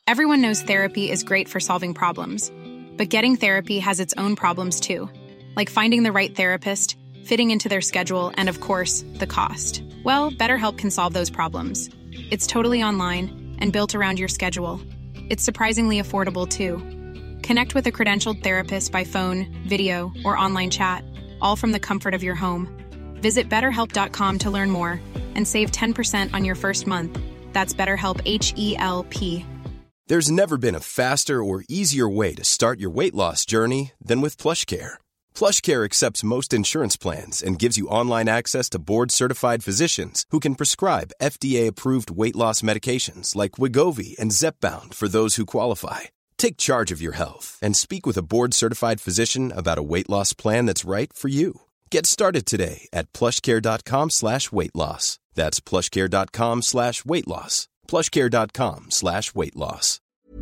Everyone knows therapy is great for solving problems, but getting therapy has its own problems too, like finding the right therapist, fitting into their schedule, and of course, the cost. Well, BetterHelp can solve those problems. It's totally online and built around your schedule. It's surprisingly affordable too. Connect with a credentialed therapist by phone, video, or online chat, all from the comfort of your home. Visit BetterHelp.com to learn more and save 10% on your first month. That's BetterHelp, H-E-L-P. There's never been a faster or easier way to start your weight loss journey than with PlushCare. PlushCare accepts most insurance plans and gives you online access to board-certified physicians who can prescribe FDA-approved weight loss medications like Wegovy and Zepbound for those who qualify. Take charge of your health and speak with a board-certified physician about a weight loss plan that's right for you. Get started today at plushcare.com/weight loss. That's plushcare.com/weight loss. plushcare.com/weight loss.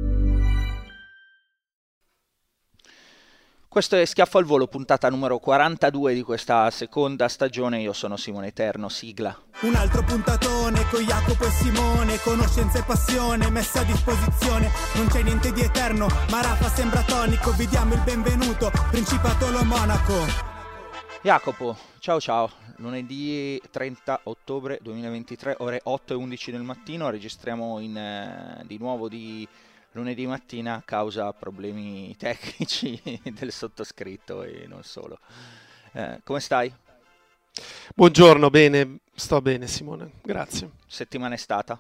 Questo è Schiaffo al Volo, puntata numero 42 di questa seconda stagione. Io sono Simone Eterno, sigla. Un altro puntatone con Jacopo e Simone, conoscenza e passione messa a disposizione. Non c'è niente di eterno, ma Rafa sembra tonico. Vi diamo il benvenuto, Principatolo Monaco. Jacopo, ciao. Lunedì 30 ottobre 2023, ore 8 e 11 del mattino. Registriamo di nuovo di lunedì mattina a causa problemi tecnici del sottoscritto e non solo. Come stai? Buongiorno, bene, sto bene Simone, grazie. Settimana è stata?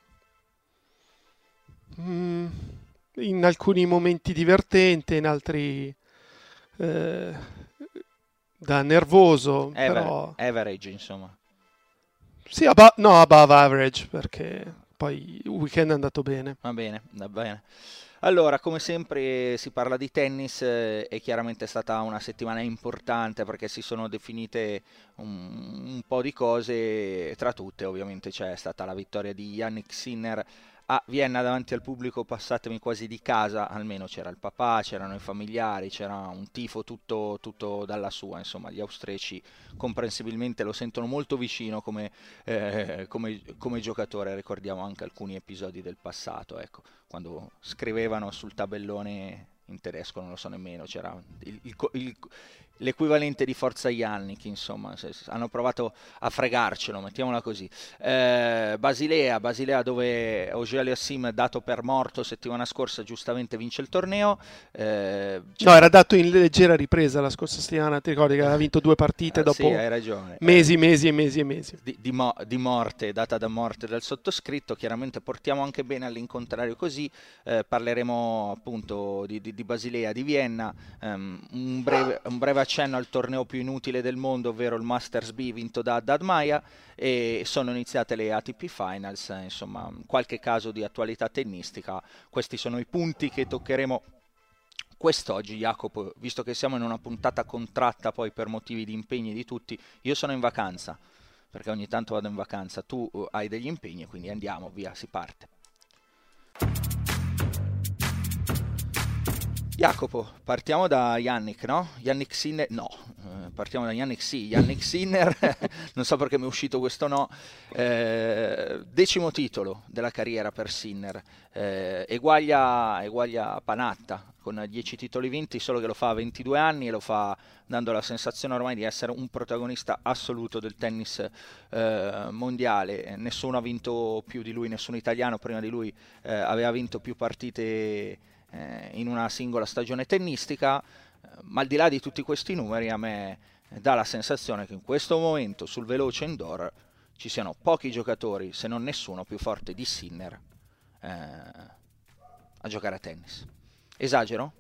In alcuni momenti divertente, in altri da nervoso, però... Average, insomma. Sì, above average, perché poi il weekend è andato bene. Va bene. Allora, come sempre si parla di tennis, e chiaramente è stata una settimana importante perché si sono definite un po' di cose, tra tutte ovviamente c'è stata la vittoria di Jannik Sinner a Vienna davanti al pubblico, passatemi quasi di casa, almeno c'era il papà, c'erano i familiari, c'era un tifo tutto dalla sua, insomma gli austriaci comprensibilmente lo sentono molto vicino come giocatore. Ricordiamo anche alcuni episodi del passato, ecco, quando scrivevano sul tabellone in tedesco, non lo so nemmeno, c'era l'equivalente di Forza Jannik, insomma, hanno provato a fregarcelo, mettiamola così. Basilea dove Auger-Aliassime, dato per morto settimana scorsa, giustamente vince il torneo. No, era dato in leggera ripresa la scorsa settimana, ti ricordi che aveva vinto 2 partite dopo sì, hai ragione. mesi Di morte, data da morte dal sottoscritto. Chiaramente portiamo anche bene all'incontrario così. Parleremo appunto di Basilea, di Vienna, un breve accenno al torneo più inutile del mondo, ovvero il Masters B vinto da Haddad Maia, e sono iniziate le ATP Finals, insomma qualche caso di attualità tennistica. Questi sono i punti che toccheremo quest'oggi, Jacopo, visto che siamo in una puntata contratta poi per motivi di impegni di tutti. Io sono in vacanza, perché ogni tanto vado in vacanza, tu hai degli impegni, quindi andiamo, via, si parte. Jacopo, partiamo da Jannik, no? Jannik Sinner, no, partiamo da Jannik, sì, Jannik Sinner, non so perché mi è uscito questo no. 10° titolo della carriera per Sinner, eguaglia Panatta con 10 titoli vinti, solo che lo fa a 22 anni e lo fa dando la sensazione ormai di essere un protagonista assoluto del tennis mondiale. Nessuno ha vinto più di lui, nessun italiano prima di lui aveva vinto più partite in una singola stagione tennistica, ma al di là di tutti questi numeri a me dà la sensazione che in questo momento sul veloce indoor ci siano pochi giocatori, se non nessuno, più forte di Sinner a giocare a tennis. Esagero?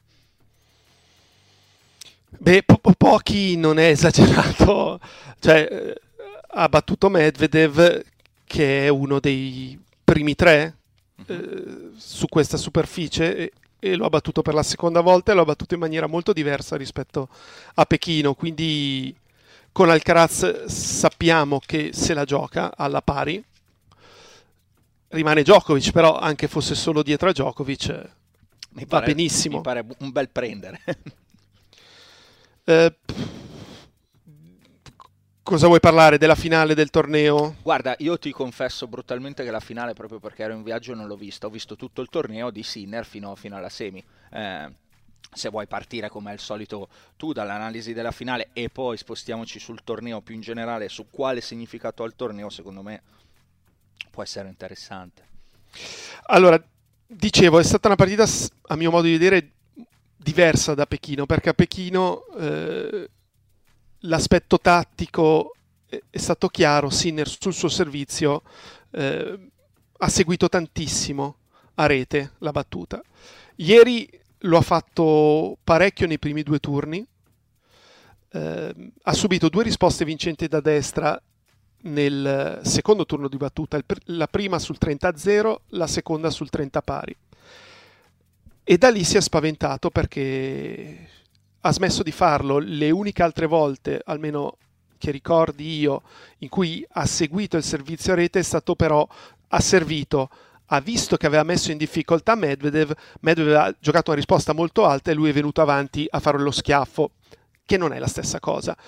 Beh, pochi non è esagerato, cioè ha battuto Medvedev, che è uno dei primi 3 su questa superficie, e lo ha battuto per la seconda volta, e lo ha battuto in maniera molto diversa rispetto a Pechino, quindi con Alcaraz sappiamo che se la gioca alla pari. Rimane Djokovic, però anche fosse solo dietro a Djokovic va benissimo. Mi pare un bel prendere. Cosa vuoi parlare della finale del torneo? Guarda, io ti confesso brutalmente che la finale, proprio perché ero in viaggio, non l'ho vista. Ho visto tutto il torneo di Sinner fino alla semi. Se vuoi partire come al solito tu dall'analisi della finale e poi spostiamoci sul torneo più in generale, su quale significato ha il torneo, secondo me può essere interessante. Allora, dicevo, è stata una partita, a mio modo di vedere, diversa da Pechino, perché a Pechino l'aspetto tattico è stato chiaro. Sinner sul suo servizio ha seguito tantissimo a rete la battuta. Ieri lo ha fatto parecchio nei primi 2 turni, ha subito 2 risposte vincenti da destra nel secondo turno di battuta, la prima sul 30-0, la seconda sul 30 pari, e da lì si è spaventato perché ha smesso di farlo. Le uniche altre volte, almeno che ricordi io, in cui ha seguito il servizio a rete è stato però, ha servito, ha visto che aveva messo in difficoltà Medvedev ha giocato una risposta molto alta e lui è venuto avanti a fare lo schiaffo, che non è la stessa cosa.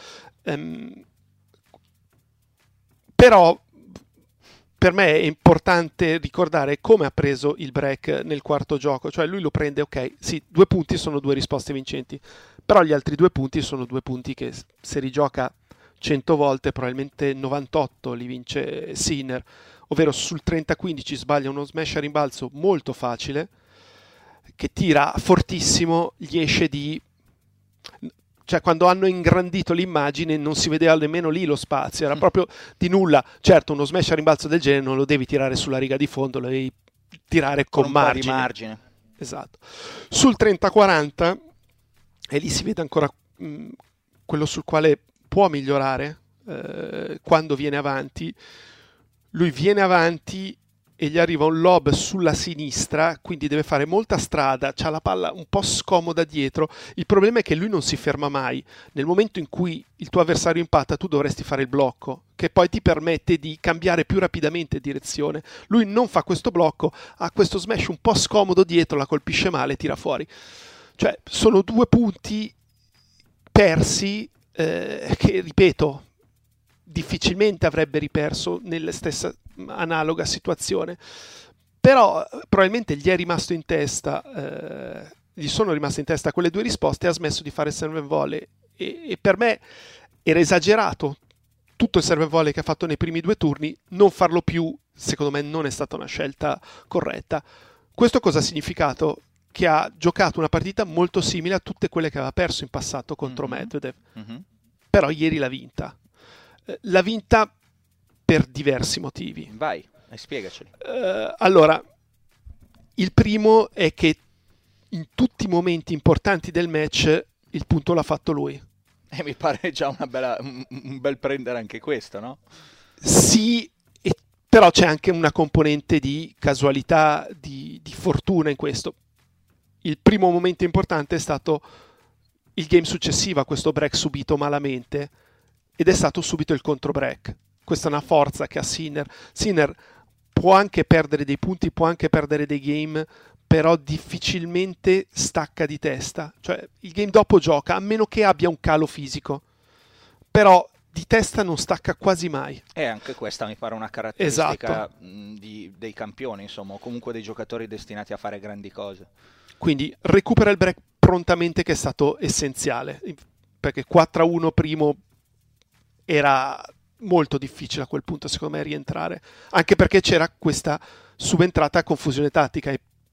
Però per me è importante ricordare come ha preso il break nel quarto gioco. Cioè lui lo prende, ok, sì, 2 punti sono 2 risposte vincenti, però gli altri 2 punti sono 2 punti che se rigioca 100 volte probabilmente 98 li vince Sinner, ovvero sul 30-15 sbaglia uno smash a rimbalzo molto facile che tira fortissimo, gli esce di... Cioè, quando hanno ingrandito l'immagine non si vedeva nemmeno lì lo spazio, era proprio di nulla. Certo, uno smash a rimbalzo del genere non lo devi tirare sulla riga di fondo, lo devi tirare con margine. Po' di margine. Esatto. Sul 30-40, e lì si vede ancora quello sul quale può migliorare quando viene avanti. Lui viene avanti e gli arriva un lob sulla sinistra, quindi deve fare molta strada, c'ha la palla un po' scomoda dietro. Il problema è che lui non si ferma mai. Nel momento in cui il tuo avversario impatta, tu dovresti fare il blocco, che poi ti permette di cambiare più rapidamente direzione. Lui non fa questo blocco, ha questo smash un po' scomodo dietro, la colpisce male e tira fuori. Cioè, sono 2 punti persi che, ripeto, difficilmente avrebbe riperso nella stessa analoga situazione. Però probabilmente gli è rimasto in testa, gli sono rimaste in testa quelle 2 risposte e ha smesso di fare serve and volley, e per me era esagerato tutto il serve and volley che ha fatto nei primi 2 turni. Non farlo più, secondo me, non è stata una scelta corretta. Questo cosa ha significato? Che ha giocato una partita molto simile a tutte quelle che aveva perso in passato contro Medvedev. Però ieri l'ha vinta. L'ha vinta per diversi motivi. Vai, spiegaceli. Allora, il primo è che in tutti i momenti importanti del match il punto l'ha fatto lui. E mi pare già un bel prendere anche questo, no? Sì, però c'è anche una componente di casualità, di fortuna in questo. Il primo momento importante è stato il game successivo a questo break subito malamente, ed è stato subito il contro break. Questa è una forza che ha Sinner. Sinner può anche perdere dei punti, può anche perdere dei game, però difficilmente stacca di testa. Cioè, il game dopo gioca, a meno che abbia un calo fisico, però di testa non stacca quasi mai. E anche questa mi pare una caratteristica, esatto, dei campioni, insomma, o comunque dei giocatori destinati a fare grandi cose. Quindi recupera il break prontamente, che è stato essenziale, perché 4-1 primo era molto difficile a quel punto, secondo me, rientrare, anche perché c'era questa subentrata confusione tattica.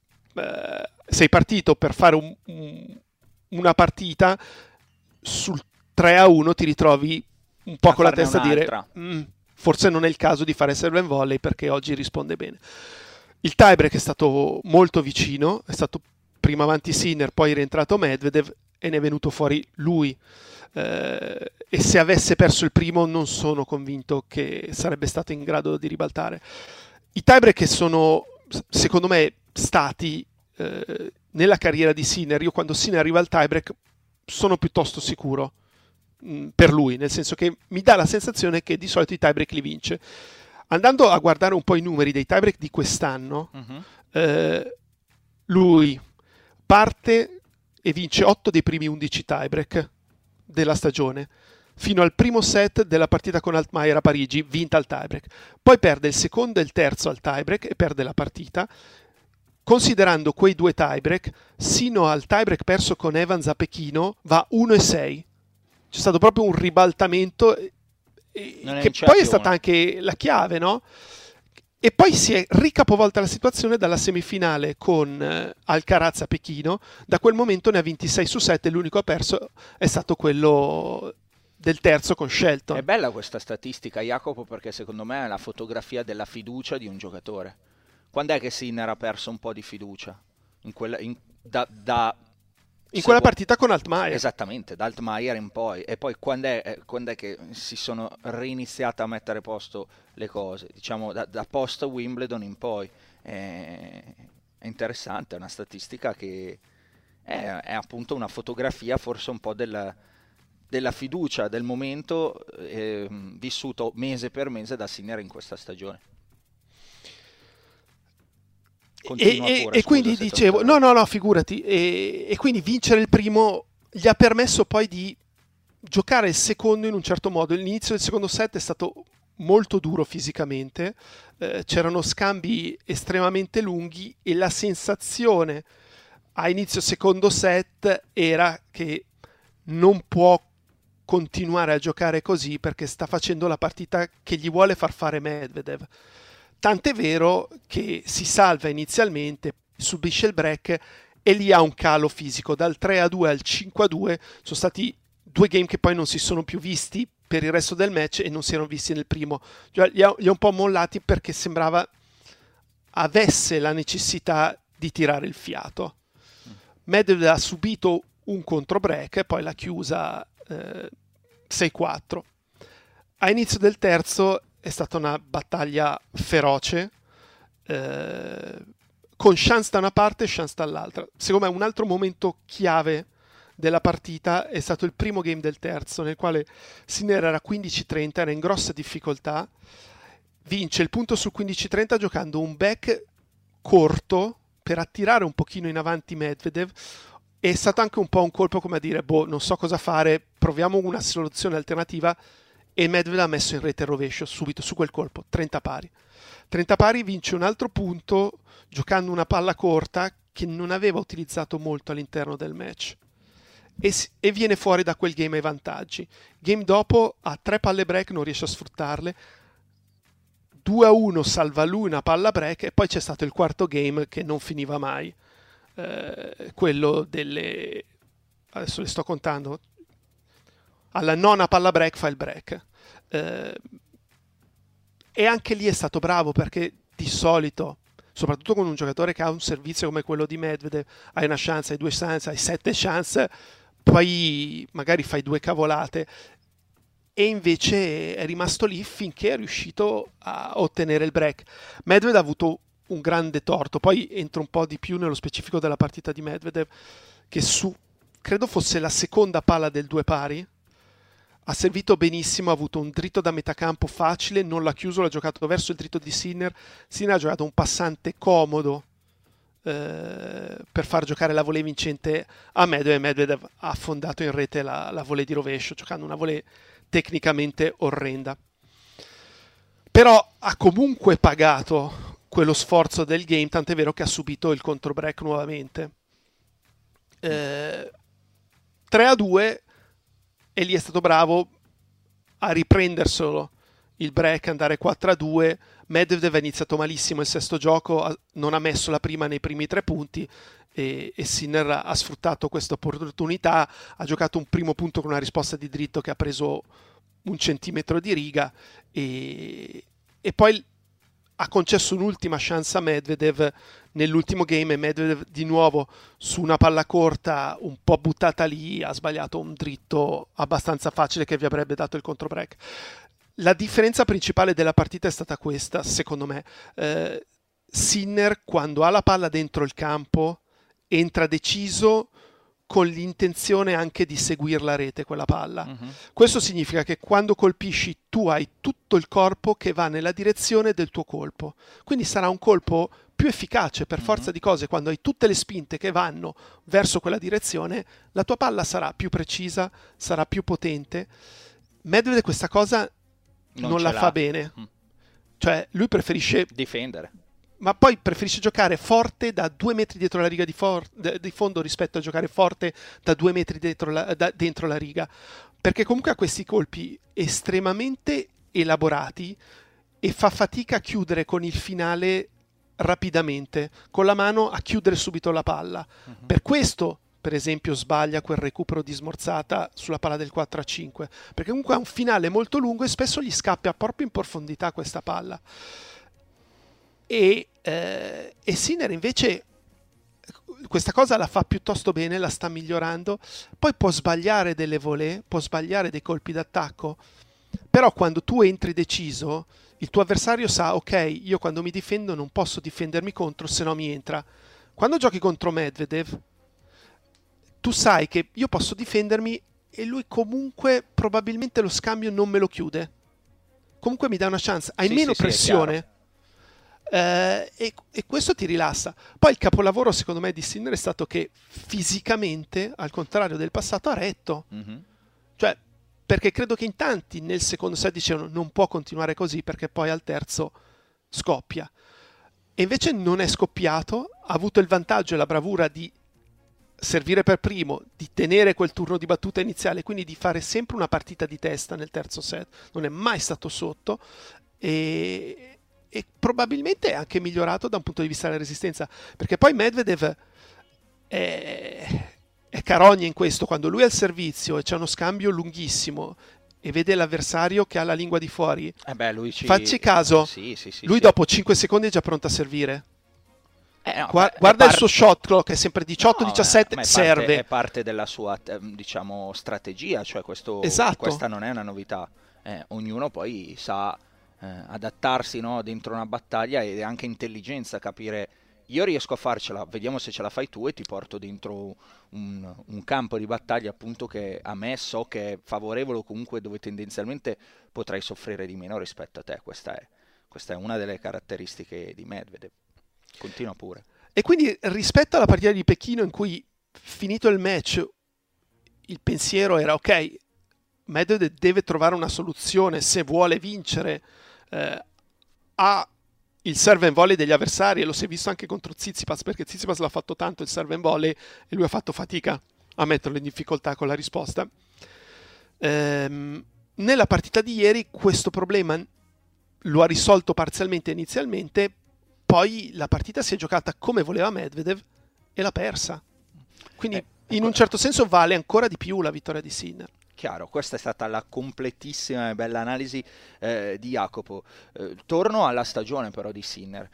Sei partito per fare una partita, sul 3-1 ti ritrovi un po' con la testa a dire forse non è il caso di fare serve and volley perché oggi risponde bene. Il tiebreak è stato molto vicino, è stato prima avanti Sinner, poi è rientrato Medvedev e ne è venuto fuori lui. E se avesse perso il primo non sono convinto che sarebbe stato in grado di ribaltare. I tiebreak che sono, secondo me, stati nella carriera di Sinner, io quando Sinner arriva al tiebreak sono piuttosto sicuro per lui, nel senso che mi dà la sensazione che di solito i tiebreak li vince. Andando a guardare un po' i numeri dei tiebreak di quest'anno, lui parte e vince 8 dei primi 11 tiebreak della stagione, fino al primo set della partita con Altmaier a Parigi, vinta al tiebreak. Poi perde il secondo e il terzo al tiebreak e perde la partita. Considerando quei 2 tiebreak, sino al tiebreak perso con Evans a Pechino, va 1-6. C'è stato proprio un ribaltamento che poi è stata anche la chiave, no? E poi si è ricapovolta la situazione dalla semifinale con Alcaraz a Pechino. Da quel momento ne ha 26 su 7 e l'unico perso è stato quello del terzo con Shelton. È bella questa statistica, Jacopo, perché secondo me è la fotografia della fiducia di un giocatore. Quando è che Sinner ha perso un po' di fiducia? In quella partita con Altmaier. Esattamente, da Altmaier in poi. E poi quando è che si sono reiniziate a mettere a posto le cose? Diciamo da post Wimbledon in poi. È interessante, è una statistica che è appunto una fotografia forse un po' della fiducia del momento vissuto mese per mese da Sinner in questa stagione. E quindi dicevo, no, figurati, e quindi vincere il primo gli ha permesso poi di giocare il secondo in un certo modo. L'inizio del secondo set è stato molto duro fisicamente, c'erano scambi estremamente lunghi e la sensazione a inizio secondo set era che non può continuare a giocare così perché sta facendo la partita che gli vuole far fare Medvedev. Tant'è vero che si salva inizialmente, subisce il break e lì ha un calo fisico. Dal 3-2 al 5-2 sono stati 2 game che poi non si sono più visti per il resto del match e non si erano visti nel primo. Cioè, li ha un po' mollati perché sembrava avesse la necessità di tirare il fiato. Medvedev ha subito un contro break e poi l'ha chiusa 6-4. A inizio del terzo è stata una battaglia feroce, con chance da una parte e chance dall'altra. Secondo me un altro momento chiave della partita è stato il primo game del terzo, nel quale Sinner era 15-30, era in grossa difficoltà, vince il punto sul 15-30 giocando un back corto per attirare un pochino in avanti Medvedev. È stato anche un po' un colpo come a dire, non so cosa fare, proviamo una soluzione alternativa, e Medvedev ha messo in rete il rovescio subito su quel colpo, 30 pari. 30 pari, vince un altro punto giocando una palla corta che non aveva utilizzato molto all'interno del match e viene fuori da quel game ai vantaggi. Game dopo ha 3 palle break, non riesce a sfruttarle, 2-1 salva lui una palla break e poi c'è stato il quarto game che non finiva mai, quello delle, adesso le sto contando, alla nona palla break fa il break, e anche lì è stato bravo perché di solito, soprattutto con un giocatore che ha un servizio come quello di Medvedev, hai una chance, hai 2 chance, hai 7 chance, poi magari fai 2 cavolate, e invece è rimasto lì finché è riuscito a ottenere il break. Medvedev ha avuto un grande torto, poi entro un po' di più nello specifico della partita di Medvedev, che credo fosse la seconda palla del 2 pari, ha servito benissimo, ha avuto un dritto da metacampo facile, non l'ha chiuso, l'ha giocato verso il dritto di Sinner. Sinner ha giocato un passante comodo per far giocare la volée vincente a Medvedev, e Medvedev ha affondato in rete la volée di rovescio, giocando una volée tecnicamente orrenda. Però ha comunque pagato quello sforzo del game, tant'è vero che ha subito il contro break nuovamente. 3-2, e lì è stato bravo a riprenderselo il break, andare 4-2. Medvedev ha iniziato malissimo il sesto gioco, non ha messo la prima nei primi 3 punti e Sinner ha sfruttato questa opportunità, ha giocato un primo punto con una risposta di dritto che ha preso 1 centimetro di riga e poi ha concesso un'ultima chance a Medvedev nell'ultimo game, e Medvedev di nuovo su una palla corta un po' buttata lì ha sbagliato un dritto abbastanza facile che vi avrebbe dato il contro break. La differenza principale della partita è stata questa, secondo me. Sinner, quando ha la palla dentro il campo, entra deciso con l'intenzione anche di seguire la rete, quella palla. Questo significa che quando colpisci tu hai tutto il corpo che va nella direzione del tuo colpo, quindi sarà un colpo più efficace per forza di cose. Quando hai tutte le spinte che vanno verso quella direzione, la tua palla sarà più precisa, sarà più potente, Medvedev questa cosa non la fa bene. Cioè, lui preferisce difendere, ma poi preferisce giocare forte da 2 metri dietro la riga di fondo rispetto a giocare forte da 2 metri dentro la riga, perché comunque ha questi colpi estremamente elaborati e fa fatica a chiudere con il finale rapidamente, con la mano a chiudere subito la palla. Per questo, per esempio, sbaglia quel recupero di smorzata sulla palla del 4-5, perché comunque ha un finale molto lungo e spesso gli scappa proprio in profondità questa palla. E Sinner invece questa cosa la fa piuttosto bene, la sta migliorando. Poi può sbagliare delle volée, può sbagliare dei colpi d'attacco, però quando tu entri deciso, il tuo avversario sa, ok, io quando mi difendo non posso difendermi contro, se no mi entra. Quando giochi contro Medvedev, tu sai che io posso difendermi e lui comunque probabilmente lo scambio non me lo chiude. Comunque mi dà una chance, hai meno pressione. E questo ti rilassa. Poi il capolavoro secondo me di Sinner è stato che fisicamente, al contrario del passato, ha retto. Cioè, perché credo che in tanti nel secondo set dicevano non può continuare così perché poi al terzo scoppia, e invece non è scoppiato, ha avuto il vantaggio e la bravura di servire per primo, di tenere quel turno di battuta iniziale, quindi di fare sempre una partita di testa nel terzo set, non è mai stato sotto, e probabilmente è anche migliorato da un punto di vista della resistenza, perché poi Medvedev è carogne in questo. Quando lui è al servizio e c'è uno scambio lunghissimo e vede l'avversario che ha la lingua di fuori, facci caso, lui dopo 5 secondi è già pronto a servire. No, guarda il suo shot clock, è sempre 18-17, serve. È parte della sua, diciamo, strategia, cioè esatto. Questa non è una novità. Ognuno poi sa adattarsi, no, dentro una battaglia, ed è anche intelligenza capire: io riesco a farcela, vediamo se ce la fai tu, e ti porto dentro un campo di battaglia appunto che a me so che è favorevole, o comunque dove tendenzialmente potrai soffrire di meno rispetto a te. Questa è una delle caratteristiche di Medvedev. Continua pure. E quindi rispetto alla partita di Pechino, in cui finito il match il pensiero era ok, Medvedev deve trovare una soluzione se vuole vincere, ha il serve and volley degli avversari, e lo si è visto anche contro Tsitsipas, perché Tsitsipas l'ha fatto tanto il serve and volley e lui ha fatto fatica a metterlo in difficoltà con la risposta. Nella partita di ieri questo problema lo ha risolto parzialmente inizialmente, poi la partita si è giocata come voleva Medvedev e l'ha persa. Quindi in un certo senso vale ancora di più la vittoria di Sinner. Chiaro, questa è stata la completissima e bella analisi di Jacopo. Torno alla stagione però di Sinner.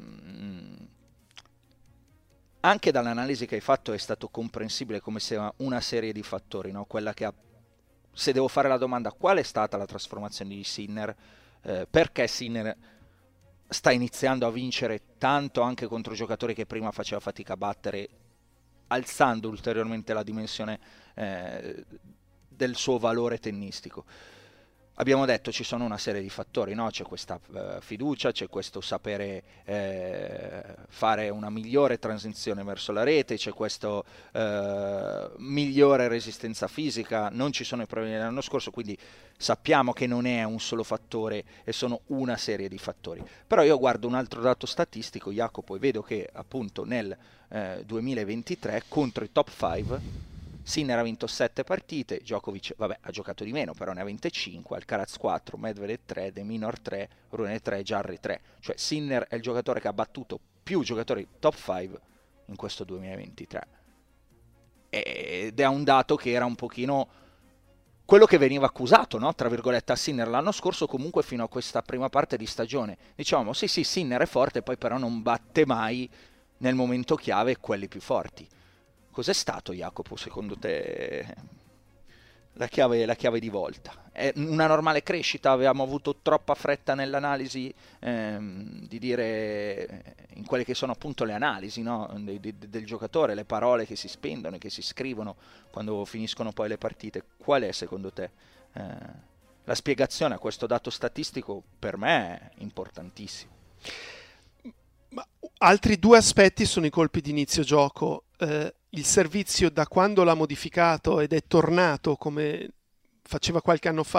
Anche dall'analisi che hai fatto è stato comprensibile come sia una serie di fattori, no? Quella che se devo fare la domanda qual è stata la trasformazione di Sinner, perché Sinner sta iniziando a vincere tanto anche contro giocatori che prima faceva fatica a battere, alzando ulteriormente la dimensione del suo valore tennistico. Abbiamo detto ci sono una serie di fattori, no? C'è questa fiducia, c'è questo sapere fare una migliore transizione verso la rete, c'è questo migliore resistenza fisica, non ci sono i problemi dell'anno scorso, quindi sappiamo che non è un solo fattore e sono una serie di fattori. Però io guardo un altro dato statistico, Jacopo, e vedo che appunto nel 2023 contro i top 5 Sinner ha vinto 7 partite, Djokovic ha giocato di meno, però ne ha vinte 5, Alcaraz 4, Medvedev 3, De Minaur 3, Rune 3, Jarry 3. Cioè Sinner è il giocatore che ha battuto più giocatori top 5 in questo 2023. Ed è un dato che era un pochino quello che veniva accusato, no? Tra virgolette, a Sinner l'anno scorso, comunque fino a questa prima parte di stagione. Dicevamo, sì, Sinner è forte, poi però non batte mai nel momento chiave quelli più forti. Cos'è stato, Jacopo, secondo te la chiave di volta? È una normale crescita? Avevamo avuto troppa fretta nell'analisi di dire, in quelle che sono appunto le analisi, no? del giocatore, le parole che si spendono e che si scrivono quando finiscono poi le partite. Qual è secondo te la spiegazione a questo dato statistico? Per me è importantissimo. Ma altri due aspetti sono i colpi di inizio gioco. Il servizio, da quando l'ha modificato ed è tornato come faceva qualche anno fa,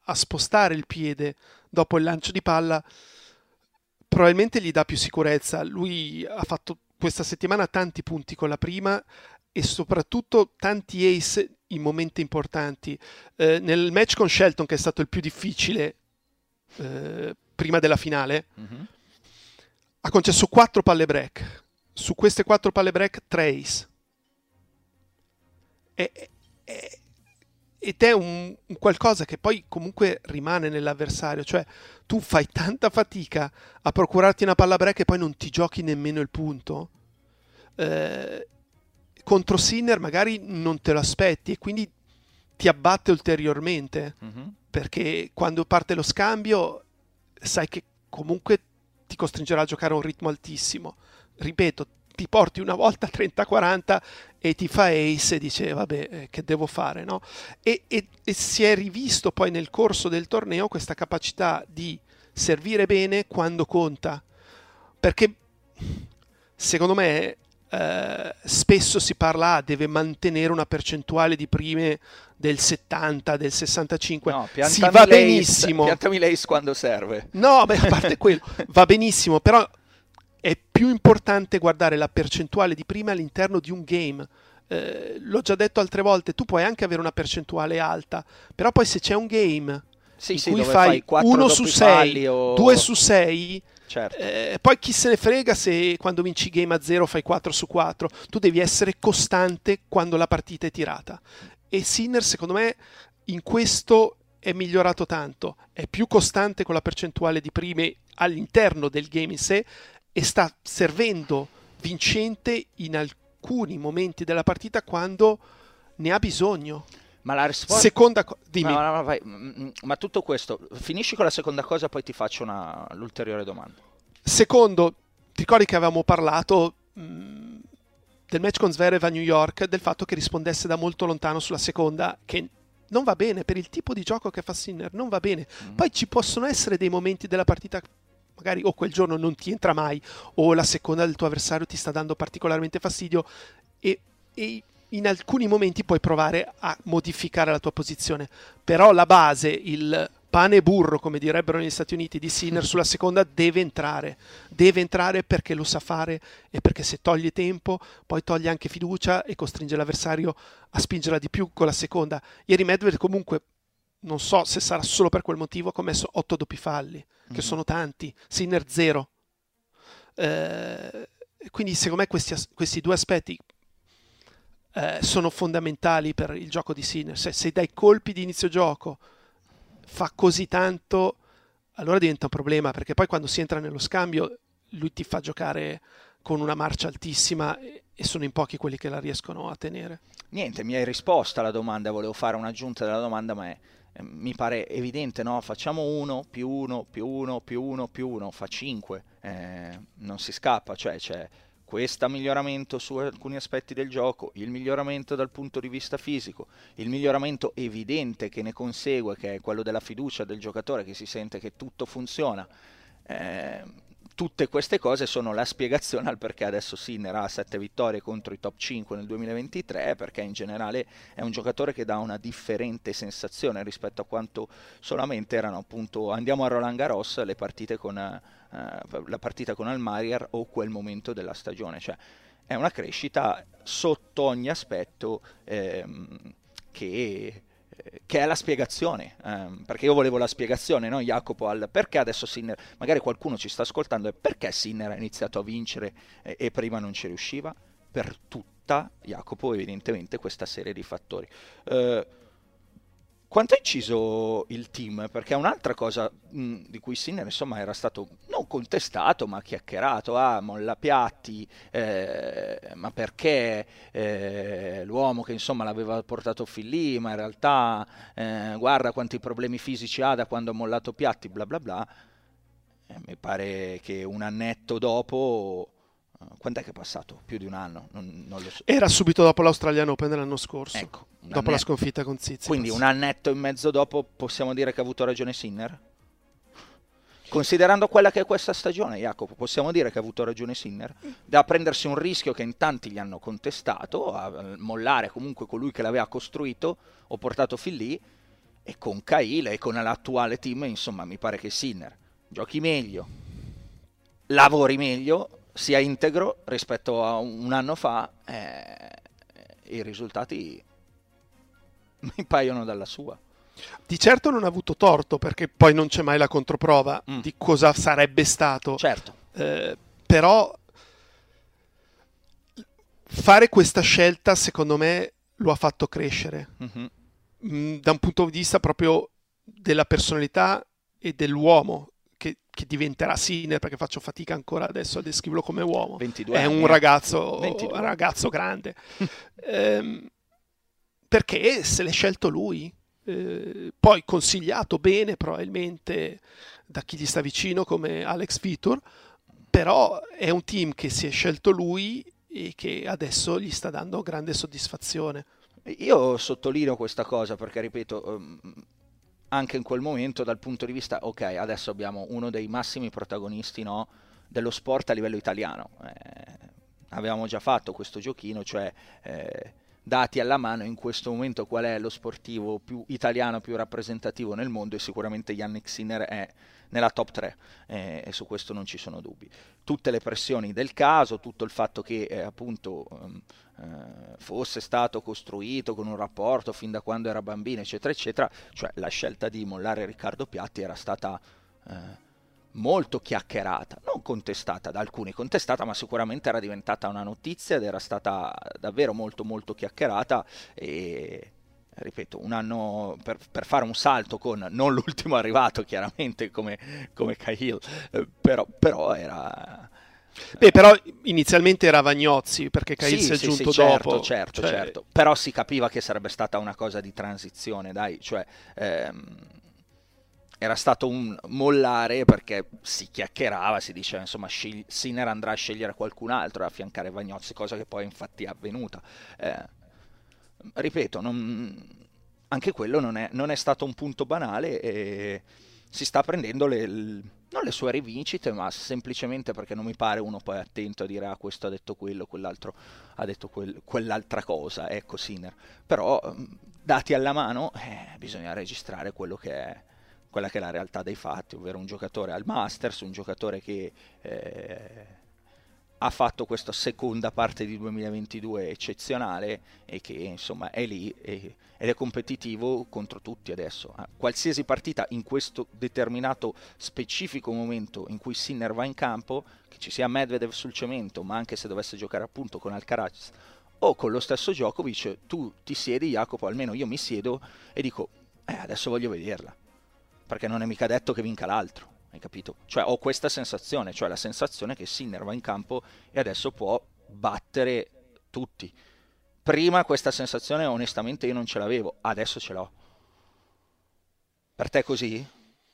a spostare il piede dopo il lancio di palla, probabilmente gli dà più sicurezza. Lui ha fatto questa settimana tanti punti con la prima e soprattutto tanti ace in momenti importanti. Nel match con Shelton, che è stato il più difficile prima della finale, ha concesso 4 palle break. Su queste 4 palle break 3 ace. Ed è un qualcosa che poi comunque rimane nell'avversario, cioè tu fai tanta fatica a procurarti una palla break e poi non ti giochi nemmeno il punto. Contro Sinner magari non te lo aspetti e quindi ti abbatte ulteriormente, perché quando parte lo scambio sai che comunque ti costringerà a giocare a un ritmo altissimo. Ripeto, ti porti una volta 30-40 e ti fa ace e dice vabbè, che devo fare, no? E si è rivisto poi nel corso del torneo questa capacità di servire bene quando conta, perché secondo me spesso si parla deve mantenere una percentuale di prime del 70, del 65. No, si va benissimo. Piantami l'ace quando serve. No, beh, a parte quello, va benissimo, però è più importante guardare la percentuale di prime all'interno di un game. L'ho già detto altre volte, tu puoi anche avere una percentuale alta, però poi se c'è un game in cui fai 1 su 6, 2 su 6, certo. Poi chi se ne frega se quando vinci game a 0 fai 4 su 4. Tu devi essere costante quando la partita è tirata. E Sinner, secondo me, in questo è migliorato tanto. È più costante con la percentuale di prime all'interno del game in sé e sta servendo vincente in alcuni momenti della partita quando ne ha bisogno. Ma la risposta... Seconda dimmi. No, vai. Ma tutto questo, finisci con la seconda cosa, poi ti faccio l'ulteriore domanda. Secondo, ti ricordi che avevamo parlato del match con Zverev a New York, del fatto che rispondesse da molto lontano sulla seconda, che non va bene per il tipo di gioco che fa Sinner, non va bene. Poi ci possono essere dei momenti della partita, magari o quel giorno non ti entra mai, o la seconda del tuo avversario ti sta dando particolarmente fastidio e in alcuni momenti puoi provare a modificare la tua posizione, però la base, il pane e burro, come direbbero negli Stati Uniti, di Sinner sulla seconda deve entrare perché lo sa fare e perché se toglie tempo poi toglie anche fiducia e costringe l'avversario a spingerla di più con la seconda. Ieri Medvedev comunque, non so se sarà solo per quel motivo, ha commesso 8 doppi falli, che sono tanti, Sinner 0. Quindi secondo me questi due aspetti sono fondamentali per il gioco di Sinner. Se dai colpi di inizio gioco fa così tanto, allora diventa un problema, perché poi quando si entra nello scambio lui ti fa giocare con una marcia altissima e sono in pochi quelli che la riescono a tenere. Niente, mi hai risposto alla domanda, volevo fare un'aggiunta della domanda, ma mi pare evidente, no? Facciamo 1 più 1 più 1 più 1 più 1 fa 5, non si scappa, cioè c'è questo miglioramento su alcuni aspetti del gioco, il miglioramento dal punto di vista fisico, il miglioramento evidente che ne consegue, che è quello della fiducia del giocatore, che si sente che tutto funziona. Tutte queste cose sono la spiegazione al perché adesso Sinner ha 7 vittorie contro i top 5 nel 2023, perché in generale è un giocatore che dà una differente sensazione rispetto a quanto solamente erano, appunto, andiamo a Roland Garros, le partite con la partita con Almayer o quel momento della stagione. Cioè è una crescita sotto ogni aspetto che è la spiegazione, perché io volevo la spiegazione, no, Jacopo, al perché adesso Sinner, magari qualcuno ci sta ascoltando, e perché Sinner ha iniziato a vincere e prima non ci riusciva? Per tutta, Jacopo, evidentemente questa serie di fattori. Quanto ha inciso il team? Perché è un'altra cosa di cui Sinner, insomma, era stato non contestato ma chiacchierato, mollapiatti, ma perché l'uomo che insomma l'aveva portato fin lì, ma in realtà guarda quanti problemi fisici ha da quando ha mollato Piatti, bla bla bla. Mi pare che un annetto dopo, quant'è che è passato? Più di un anno, non lo so. Era subito dopo l'Australian Open dell'anno scorso, ecco, dopo la sconfitta con Tsitsipas. Quindi un annetto e mezzo dopo possiamo dire che ha avuto ragione Sinner? Considerando quella che è questa stagione, Jacopo, possiamo dire che ha avuto ragione Sinner? Da prendersi un rischio che in tanti gli hanno contestato, a mollare comunque colui che l'aveva costruito o portato fin lì, e con Cahill e con l'attuale team, insomma, mi pare che Sinner giochi meglio, lavori meglio, sia integro rispetto a un anno fa, i risultati mi paiono dalla sua. Di certo non ha avuto torto, perché poi non c'è mai la controprova di cosa sarebbe stato. Certo. Però fare questa scelta, secondo me, lo ha fatto crescere. Da un punto di vista proprio della personalità e dell'uomo che diventerà Sinner, perché faccio fatica ancora adesso a descriverlo come uomo. 22 è anni, un ragazzo, 22. un ragazzo grande. Perché se l'è scelto lui, poi consigliato bene probabilmente da chi gli sta vicino come Alex Vitor, però è un team che si è scelto lui e che adesso gli sta dando grande soddisfazione. Io sottolineo questa cosa perché, ripeto, anche in quel momento dal punto di vista, ok, adesso abbiamo uno dei massimi protagonisti, no, dello sport a livello italiano. Avevamo già fatto questo giochino, cioè dati alla mano in questo momento qual è lo sportivo più italiano, più rappresentativo nel mondo, e sicuramente Jannik Sinner è nella top 3 e su questo non ci sono dubbi. Tutte le pressioni del caso, tutto il fatto che appunto fosse stato costruito con un rapporto fin da quando era bambino, eccetera eccetera, cioè la scelta di mollare Riccardo Piatti era stata molto chiacchierata, non contestata da alcuni, contestata, ma sicuramente era diventata una notizia ed era stata davvero molto molto chiacchierata. E ripeto, un anno per fare un salto con non l'ultimo arrivato chiaramente come Cahill, però era... però inizialmente era Vagnozzi, perché Cahill si è giunto dopo. Certo, però si capiva che sarebbe stata una cosa di transizione, dai, cioè era stato un mollare perché si chiacchierava, si diceva insomma Sinner andrà a scegliere qualcun altro a affiancare Vagnozzi, cosa che poi infatti è avvenuta. Ripeto, anche quello non è stato un punto banale e si sta prendendo non le sue rivincite, ma semplicemente perché non mi pare uno poi attento a dire questo ha detto quello, quell'altro ha detto quell'altra cosa, ecco Sinner. Però dati alla mano bisogna registrare quella che è la realtà dei fatti, ovvero un giocatore al Masters, un giocatore che ha fatto questa seconda parte di 2022 eccezionale e che insomma è lì ed è competitivo contro tutti adesso. Qualsiasi partita in questo determinato specifico momento in cui Sinner va in campo, che ci sia Medvedev sul cemento, ma anche se dovesse giocare appunto con Alcaraz o con lo stesso Djokovic, tu ti siedi, Jacopo, almeno io mi siedo e dico adesso voglio vederla, perché non è mica detto che vinca l'altro. Hai capito? Cioè ho questa sensazione, cioè la sensazione che Sinner va in campo e adesso può battere tutti. Prima questa sensazione onestamente io non ce l'avevo, adesso ce l'ho. Per te è così?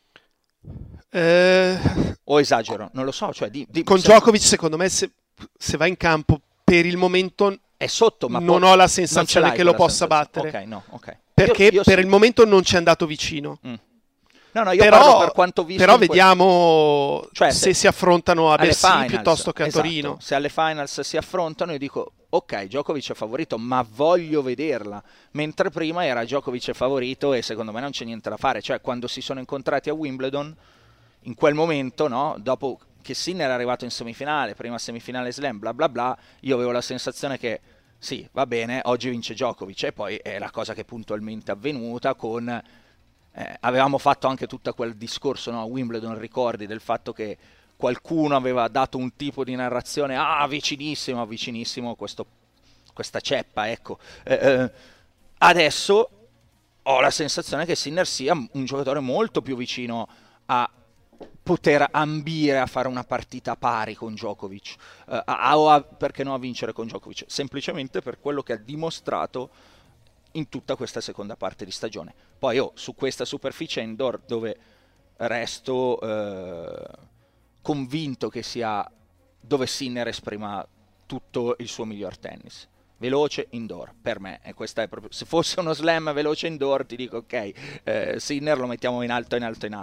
O esagero? Non lo so. Cioè, con Djokovic secondo me se va in campo per il momento è sotto, ma non ho la sensazione che lo possa battere. Ok, no, ok. Perché io per sì. il momento non ci è andato vicino. No, io parlo per quanto visto. Però vediamo cioè, se si affrontano a Bercy finals, piuttosto che a esatto, Torino. Se alle finals si affrontano io dico ok, Djokovic è favorito, ma voglio vederla. Mentre prima era Djokovic è favorito e secondo me non c'è niente da fare. Cioè quando si sono incontrati a Wimbledon, in quel momento, no, dopo che Sinner era arrivato in semifinale, prima semifinale slam, bla bla bla, io avevo la sensazione che sì, va bene, oggi vince Djokovic, e poi è la cosa che puntualmente è avvenuta con... avevamo fatto anche tutto quel discorso, no, a Wimbledon, ricordi, del fatto che qualcuno aveva dato un tipo di narrazione vicinissimo questa ceppa, ecco. Adesso ho la sensazione che Sinner sia un giocatore molto più vicino a poter ambire a fare una partita pari con Djokovic, perché no, a vincere con Djokovic, semplicemente per quello che ha dimostrato in tutta questa seconda parte di stagione. Poi su questa superficie indoor, dove resto convinto che sia dove Sinner esprima tutto il suo miglior tennis. Veloce indoor, per me, e questa è proprio, se fosse uno slam veloce indoor ti dico ok, Sinner lo mettiamo in alto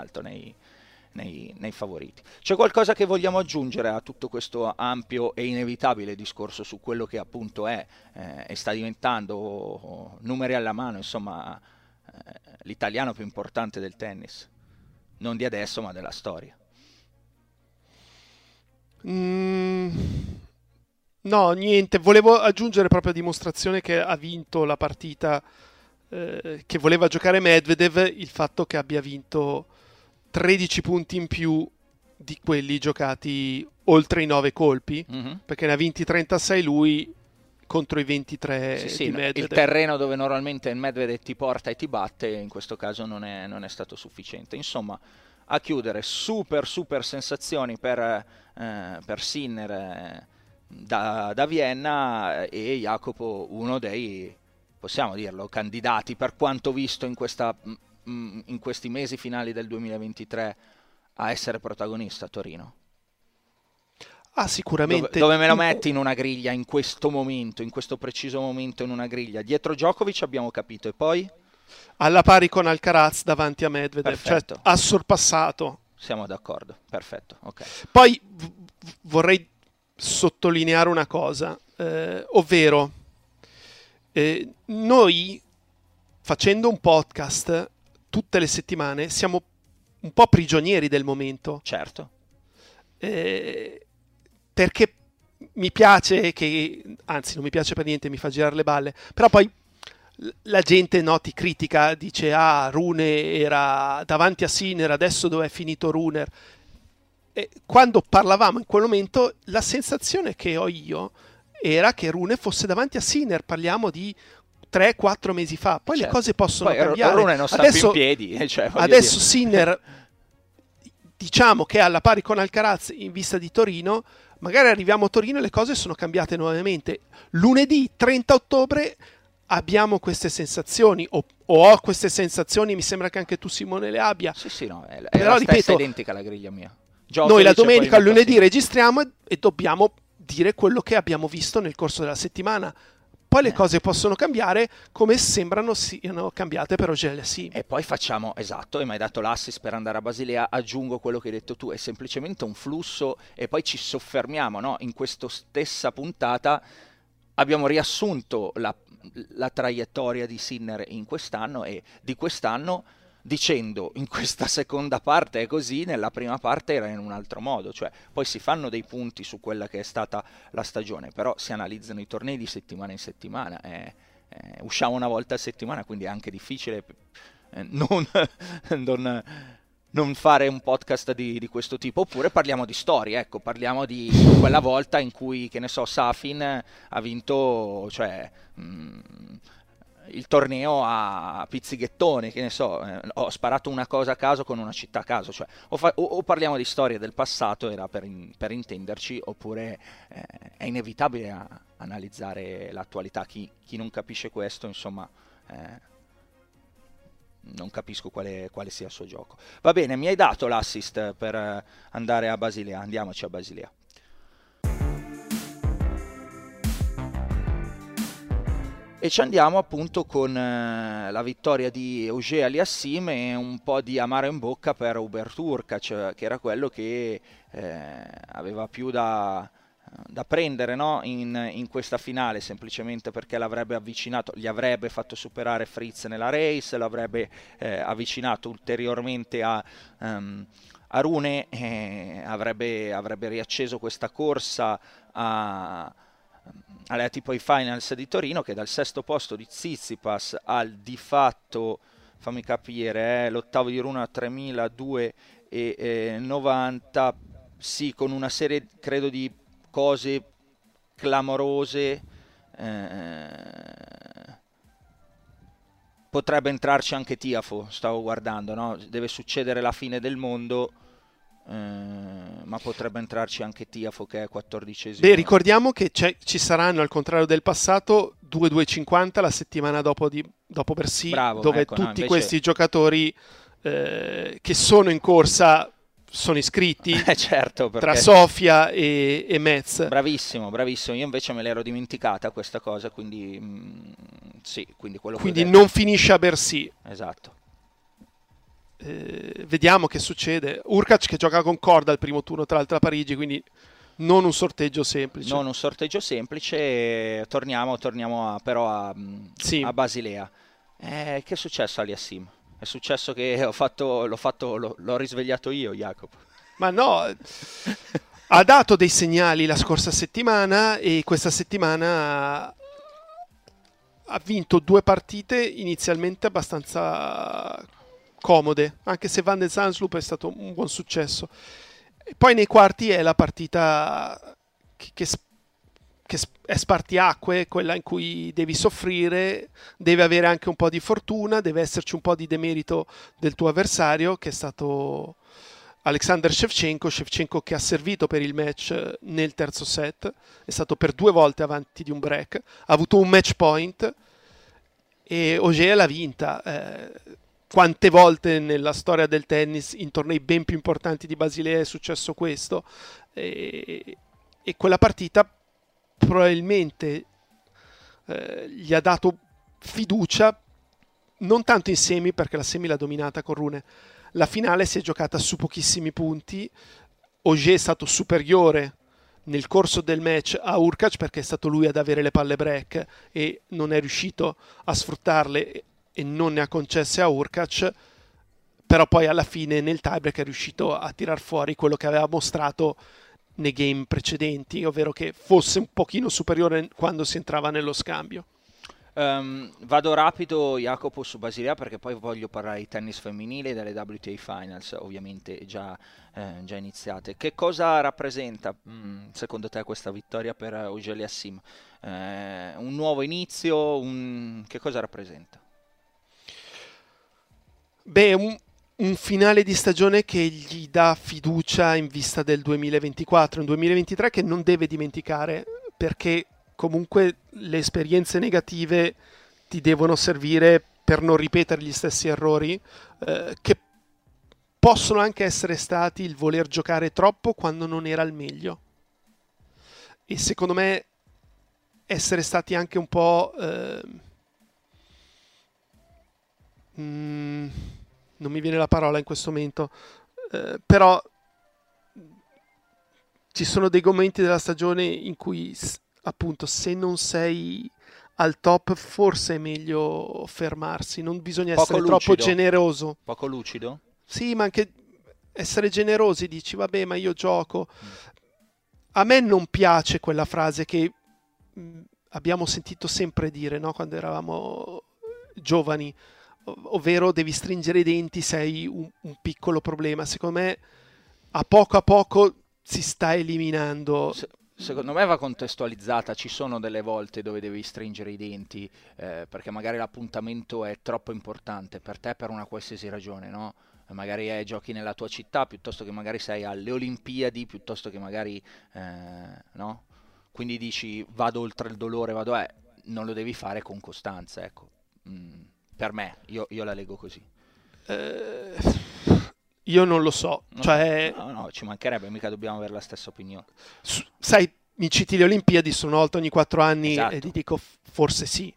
nei favoriti. C'è qualcosa che vogliamo aggiungere a tutto questo ampio e inevitabile discorso su quello che appunto è e sta diventando, numeri alla mano, insomma, l'italiano più importante del tennis, non di adesso ma della storia. No, niente, volevo aggiungere proprio a dimostrazione che ha vinto la partita che voleva giocare Medvedev, il fatto che abbia vinto 13 punti in più di quelli giocati oltre i 9 colpi, perché ne ha vinti 36 lui contro i 23 di Medvedev. Il terreno dove normalmente il Medvedev ti porta e ti batte, in questo caso non è stato sufficiente. Insomma, a chiudere, super sensazioni per Sinner da Vienna, e Jacopo uno dei, possiamo dirlo, candidati, per quanto visto in questi mesi finali del 2023, a essere protagonista a Torino. Sicuramente. Dove me lo metti in una griglia in questo momento, in questo preciso momento, in una griglia? Dietro Djokovic abbiamo capito, e poi? Alla pari con Alcaraz davanti a Medvedev, cioè ha sorpassato. Siamo d'accordo, perfetto. Okay. Poi vorrei sottolineare una cosa, ovvero noi, facendo un podcast tutte le settimane, siamo un po' prigionieri del momento. Certo. Perché mi piace anzi non mi piace per niente, mi fa girare le balle, però poi la gente ti critica, dice Rune era davanti a Sinner, adesso dove è finito Rune? E quando parlavamo in quel momento, la sensazione che ho io era che Rune fosse davanti a Sinner, parliamo di 3-4 mesi fa, poi certo. Le cose possono poi cambiare. Rune non sta più in piedi, adesso Sinner diciamo che è alla pari con Alcaraz in vista di Torino, magari arriviamo a Torino e le cose sono cambiate nuovamente. Lunedì 30 ottobre abbiamo queste sensazioni, o ho queste sensazioni, mi sembra che anche tu, Simone, le abbia. Sì, no, è però la ripeto, stessa identica la griglia mia. Noi la domenica, il lunedì registriamo e dobbiamo dire quello che abbiamo visto nel corso della settimana. Poi le cose possono cambiare, come sembrano siano cambiate per Auger-Aliassime. E poi facciamo, esatto, e mi hai dato l'assist per andare a Basilea, aggiungo quello che hai detto tu, è semplicemente un flusso, e poi ci soffermiamo, no? In questa stessa puntata abbiamo riassunto la traiettoria di Sinner in quest'anno e di quest'anno, dicendo in questa seconda parte è così, nella prima parte era in un altro modo, cioè poi si fanno dei punti su quella che è stata la stagione, però si analizzano i tornei di settimana in settimana, usciamo una volta a settimana, quindi è anche difficile non fare un podcast di questo tipo. Oppure parliamo di storie, ecco, parliamo di quella volta in cui, che ne so, Safin ha vinto, cioè il torneo a pizzighettone, che ne so, ho sparato una cosa a caso con una città a caso, cioè o parliamo di storie del passato, era per intenderci, oppure è inevitabile analizzare l'attualità. Chi non capisce questo, insomma, non capisco quale sia il suo gioco. Va bene, mi hai dato l'assist per andare a Basilea, andiamoci a Basilea. E ci andiamo appunto con la vittoria di Auger-Aliassime e un po' di amaro in bocca per Hubert Hurkacz, che era quello che aveva più da prendere, no? in questa finale, semplicemente perché l'avrebbe avvicinato, gli avrebbe fatto superare Fritz nella race, l'avrebbe avvicinato ulteriormente a Rune, avrebbe riacceso questa corsa alle ATP Finals di Torino, che dal sesto posto di Tsitsipas al di fatto, fammi capire, l'ottavo di Rune a 3.290, sì, con una serie credo di cose clamorose, potrebbe entrarci anche Tiafoe, stavo guardando, no? Deve succedere la fine del mondo, ma potrebbe entrarci anche Tiafoe, che è 14esimo. Beh, ricordiamo che ci saranno, al contrario del passato, 2-2-50 la settimana dopo Bercy, dove ecco, tutti invece questi giocatori che sono in corsa sono iscritti, certo, perché tra Sofia e Metz. Bravissimo, io invece me l'ero dimenticata questa cosa, quindi sì, quindi non finisce a Bercy. Esatto. Vediamo che succede. Hurkacz che gioca con corda al primo turno, tra l'altro a Parigi, quindi non un sorteggio semplice. Torniamo però a Basilea. Che è successo a Aliassim? È successo che l'ho risvegliato io, Jacopo. Ma no, ha dato dei segnali la scorsa settimana e questa settimana ha vinto 2 partite inizialmente abbastanza comode, anche se Van de Zandsloop è stato un buon successo. E poi nei quarti è la partita che è spartiacque, quella in cui devi soffrire, deve avere anche un po' di fortuna, deve esserci un po' di demerito del tuo avversario, che è stato Alexander Shevchenko che ha servito per il match nel terzo set, è stato per 2 volte avanti di un break, ha avuto un match point e Auger l'ha vinta. Quante volte nella storia del tennis in tornei ben più importanti di Basilea è successo questo, e quella partita probabilmente gli ha dato fiducia, non tanto in semi, perché la semi l'ha dominata con Rune, la finale si è giocata su pochissimi punti. Auger è stato superiore nel corso del match a Hurkacz perché è stato lui ad avere le palle break e non è riuscito a sfruttarle e non ne ha concesse a Hurkacz, però poi alla fine nel tiebreak è riuscito a tirar fuori quello che aveva mostrato nei game precedenti, ovvero che fosse un pochino superiore quando si entrava nello scambio. Vado rapido, Jacopo, su Basilea perché poi voglio parlare di tennis femminile e delle WTA Finals, ovviamente già iniziate. Che cosa rappresenta secondo te questa vittoria per Auger-Aliassime? Un nuovo inizio? Che cosa rappresenta? Beh, un finale di stagione che gli dà fiducia in vista del 2024, un 2023 che non deve dimenticare, perché comunque le esperienze negative ti devono servire per non ripetere gli stessi errori, che possono anche essere stati il voler giocare troppo quando non era al meglio, e secondo me essere stati anche un po' non mi viene la parola in questo momento, però ci sono dei momenti della stagione in cui appunto se non sei al top forse è meglio fermarsi, non bisogna essere troppo generoso. Poco lucido? Sì, ma anche essere generosi, dici vabbè ma io gioco. A me non piace quella frase che abbiamo sentito sempre dire, no? Quando eravamo giovani, ovvero devi stringere i denti, sei un piccolo problema. Secondo me a poco si sta eliminando. Secondo me va contestualizzata, ci sono delle volte dove devi stringere i denti perché magari l'appuntamento è troppo importante per te per una qualsiasi ragione, no? Magari giochi nella tua città piuttosto che magari sei alle Olimpiadi, piuttosto che magari no? Quindi dici vado oltre il dolore, non lo devi fare con costanza, ecco. Per me, io la leggo così. Io non lo so, cioè... No, ci mancherebbe, mica dobbiamo avere la stessa opinione. Sai, mi citi le Olimpiadi, sono una volta ogni 4 anni, esatto. E ti dico forse sì.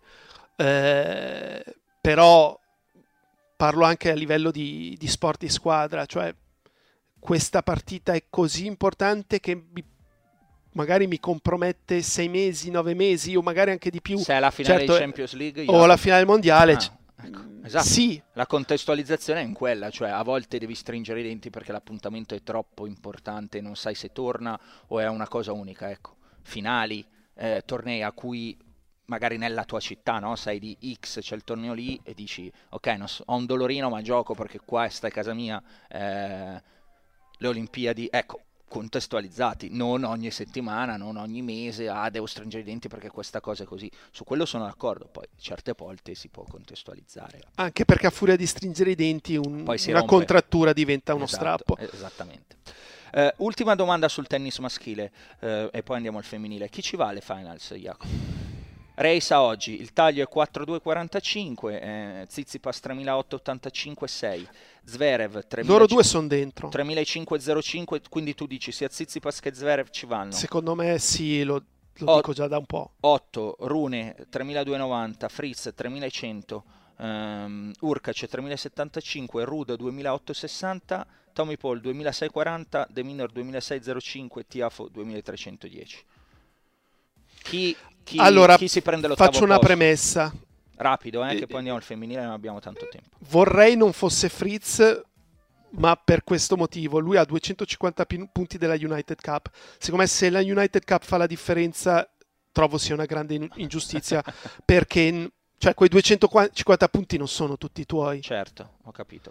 Però parlo anche a livello di sport di squadra, cioè questa partita è così importante che magari mi compromette 6 mesi, 9 mesi o magari anche di più. Se è la finale di Champions League o la finale mondiale. Ecco, esatto. Sì. La contestualizzazione è in quella, cioè a volte devi stringere i denti perché l'appuntamento è troppo importante, non sai se torna o è una cosa unica, ecco. Finali, tornei a cui magari nella tua città, no? Sai di X, c'è il torneo lì e dici ok, ho un dolorino ma gioco perché qua sta a casa mia, le Olimpiadi, ecco, contestualizzati, non ogni settimana, non ogni mese, devo stringere i denti perché questa cosa è così. Su quello sono d'accordo, poi certe volte si può contestualizzare. Anche perché a furia di stringere i denti una contrattura diventa uno strappo. Esattamente. Ultima domanda sul tennis maschile e poi andiamo al femminile. Chi ci va alle finals, Jacopo? Race a oggi, il taglio è 4.245, Tsitsipas 3.885,6, Zverev 3.000, loro due sono dentro 3.505, quindi tu dici sia Tsitsipas che Zverev ci vanno? Secondo me sì, lo dico già da un po'. 8, Rune 3.290, Fritz 3.100, Hurkacz 3.075, Ruud 2.860, Tommy Paul 2.640, De Minaur 2.605, Tiafoe 2.310. Chi si prende l'ottavo faccio una posto? premessa. Rapido, che poi andiamo al femminile, non abbiamo tanto tempo. Vorrei non fosse Fritz, ma per questo motivo. Lui ha 250 punti della United Cup. Secondo me se la United Cup fa la differenza, trovo sia una grande ingiustizia, perché cioè, quei 250 punti non sono tutti tuoi. Certo, ho capito.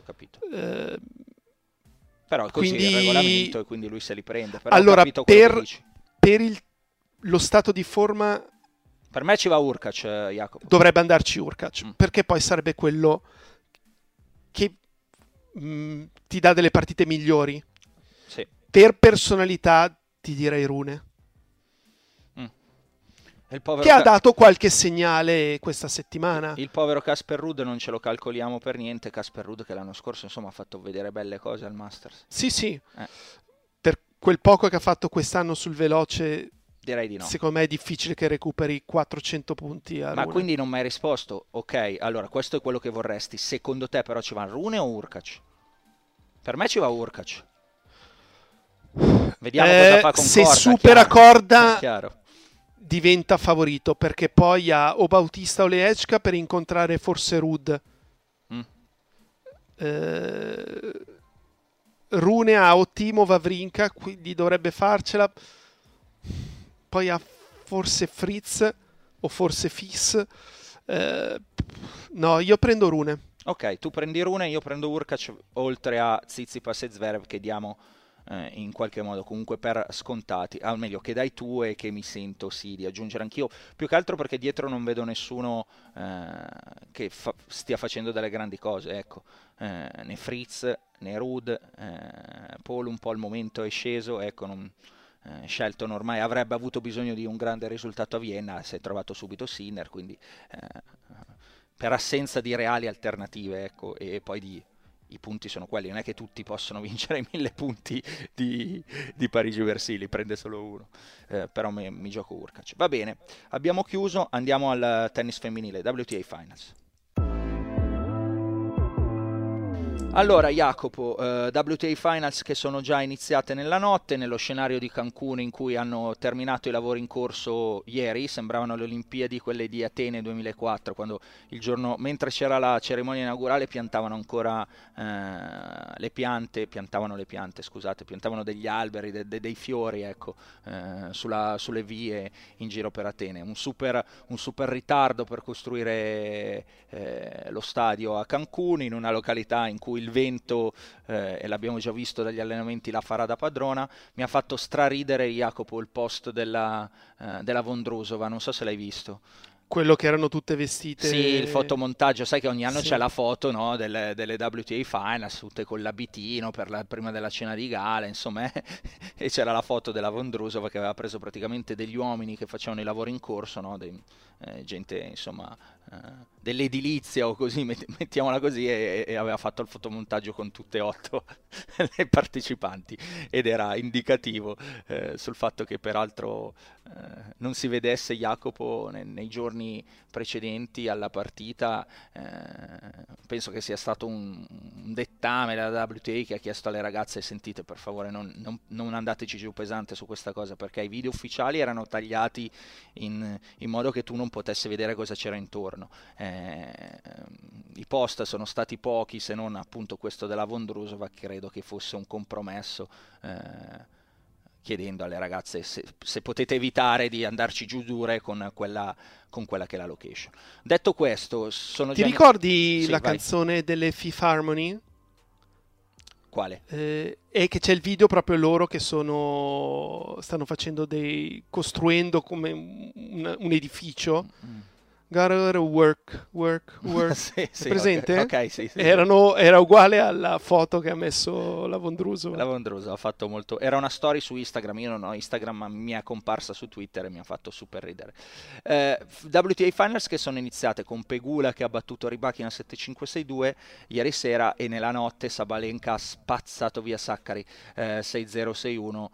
Però così quindi, il regolamento, e quindi lui se li prende. Però allora, per lo stato di forma... Per me ci va Urkac, Jacopo. Dovrebbe andarci Urkac, perché poi sarebbe quello che ti dà delle partite migliori. Sì. Per personalità ti direi Rune. Che ha dato qualche segnale questa settimana. Il povero Casper Ruud non ce lo calcoliamo per niente. Casper Ruud che l'anno scorso insomma ha fatto vedere belle cose al Masters. Sì. Per quel poco che ha fatto quest'anno sul veloce, direi di no. Secondo me è difficile che recuperi 400 punti a Rune. Ma quindi non mi hai risposto? Ok, allora questo è quello che vorresti. Secondo te però ci va Rune o Urkac? Per me ci va Urkac. Vediamo cosa fa con se Korda. Se supera Korda chiaro. Diventa favorito, perché poi ha o Bautista o Lehečka per incontrare forse Ruud. Rune ha o Timo Wawrinka, quindi dovrebbe farcela. Poi ha forse Fritz o forse Fis. No, io prendo Rune. Ok, tu prendi Rune, io prendo Urkac, oltre a Tsitsipas e Zverev che diamo in qualche modo comunque per scontati, al meglio che dai tu e che mi sento di aggiungere anch'io, più che altro perché dietro non vedo nessuno che stia facendo delle grandi cose, ecco, né Fritz né Ruud, Paul un po' al momento è sceso, ecco, Shelton ormai avrebbe avuto bisogno di un grande risultato a Vienna, si è trovato subito Sinner, quindi per assenza di reali alternative, ecco, e poi i punti sono quelli, non è che tutti possono vincere 1000 punti di Parigi-Bercy, li prende solo uno, però mi gioco Urkac. Va bene, abbiamo chiuso, andiamo al tennis femminile, WTA Finals. Allora Jacopo, WTA Finals che sono già iniziate nella notte, nello scenario di Cancun in cui hanno terminato i lavori in corso ieri, sembravano le Olimpiadi quelle di Atene 2004, quando il giorno, mentre c'era la cerimonia inaugurale, piantavano ancora piantavano degli alberi, dei fiori, ecco, sulle vie in giro per Atene, un super ritardo per costruire lo stadio a Cancun, in una località in cui il vento, e l'abbiamo già visto dagli allenamenti, la farà da padrona. Mi ha fatto straridere, Jacopo, il post della Vondrousova, non so se l'hai visto. Quello che erano tutte vestite... Sì, il fotomontaggio, sai che ogni anno c'è la foto, no, delle WTA Finals, tutte con l'abitino prima della cena di gala, insomma, e c'era la foto della Vondrousova che aveva preso praticamente degli uomini che facevano i lavori in corso, no, gente, insomma, dell'edilizia o così, mettiamola così, e aveva fatto il fotomontaggio con tutte e 8 le partecipanti, ed era indicativo sul fatto che peraltro non si vedesse Jacopo nei giorni precedenti alla partita. Penso che sia stato un dettame della WTA che ha chiesto alle ragazze: sentite, per favore non andateci giù pesante su questa cosa, perché i video ufficiali erano tagliati in modo che tu non potessi vedere cosa c'era intorno. I post sono stati pochi, se non appunto questo della Vondrousova, credo che fosse un compromesso, chiedendo alle ragazze se potete evitare di andarci giù dure con quella che è la location. Detto questo, ti ricordi la canzone delle Fifth Harmony? Quale? E che c'è il video proprio loro che stanno facendo costruendo come un edificio. Gotta work. sì, presente? Okay, sì. Era uguale alla foto che ha messo la Vondrousova. La Vondrousova ha fatto molto. Era una story su Instagram, io non ho Instagram, ma mi è comparsa su Twitter e mi ha fatto super ridere. WTA Finals che sono iniziate con Pegula che ha battuto Rybakina 7-5-6-2 ieri sera, e nella notte Sabalenka ha spazzato via Sakkari 6-0-6-1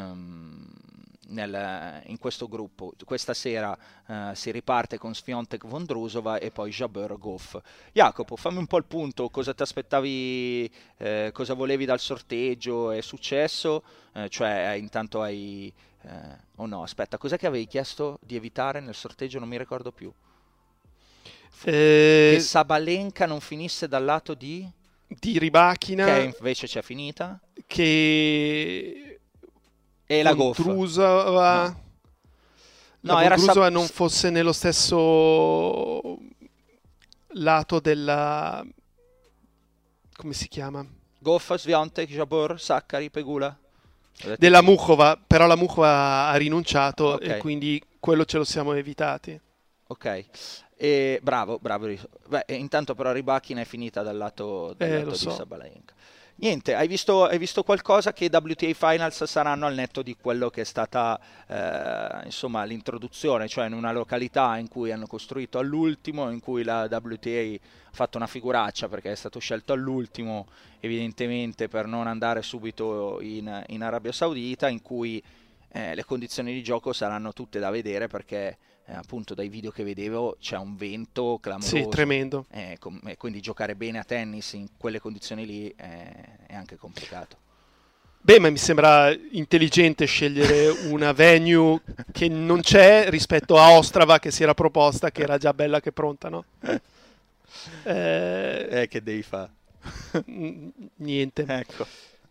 in questo gruppo. Questa sera si riparte con Swiatek Vondrousova e poi Jabeur Goff. Jacopo, fammi un po' il punto, cosa ti aspettavi, cosa volevi dal sorteggio? È successo? Intanto hai cos'è che avevi chiesto di evitare nel sorteggio? Non mi ricordo più. che Sabalenka non finisse dal lato di Rybakina, che invece c'è finita, che e la Vondrousova era non fosse nello stesso lato della, come si chiama? Goff, Swiatek, Jabeur, Sakkari, Pegula della Muchova, però la Muchova ha rinunciato, okay. E quindi quello ce lo siamo evitati. Ok, e bravo. Beh, intanto però Rybakina è finita dal lato di Sabalenka. Niente, hai visto qualcosa che WTA Finals saranno al netto di quello che è stata insomma l'introduzione, cioè in una località in cui hanno costruito all'ultimo, in cui la WTA ha fatto una figuraccia perché è stato scelto all'ultimo evidentemente per non andare subito in Arabia Saudita, in cui le condizioni di gioco saranno tutte da vedere perché appunto dai video che vedevo c'è un vento clamoroso. Sì, tremendo. Quindi giocare bene a tennis in quelle condizioni lì è anche complicato. Beh, ma mi sembra intelligente scegliere una venue che non c'è rispetto a Ostrava che si era proposta, che era già bella che pronta, no? Che devi fare? Niente. Ecco.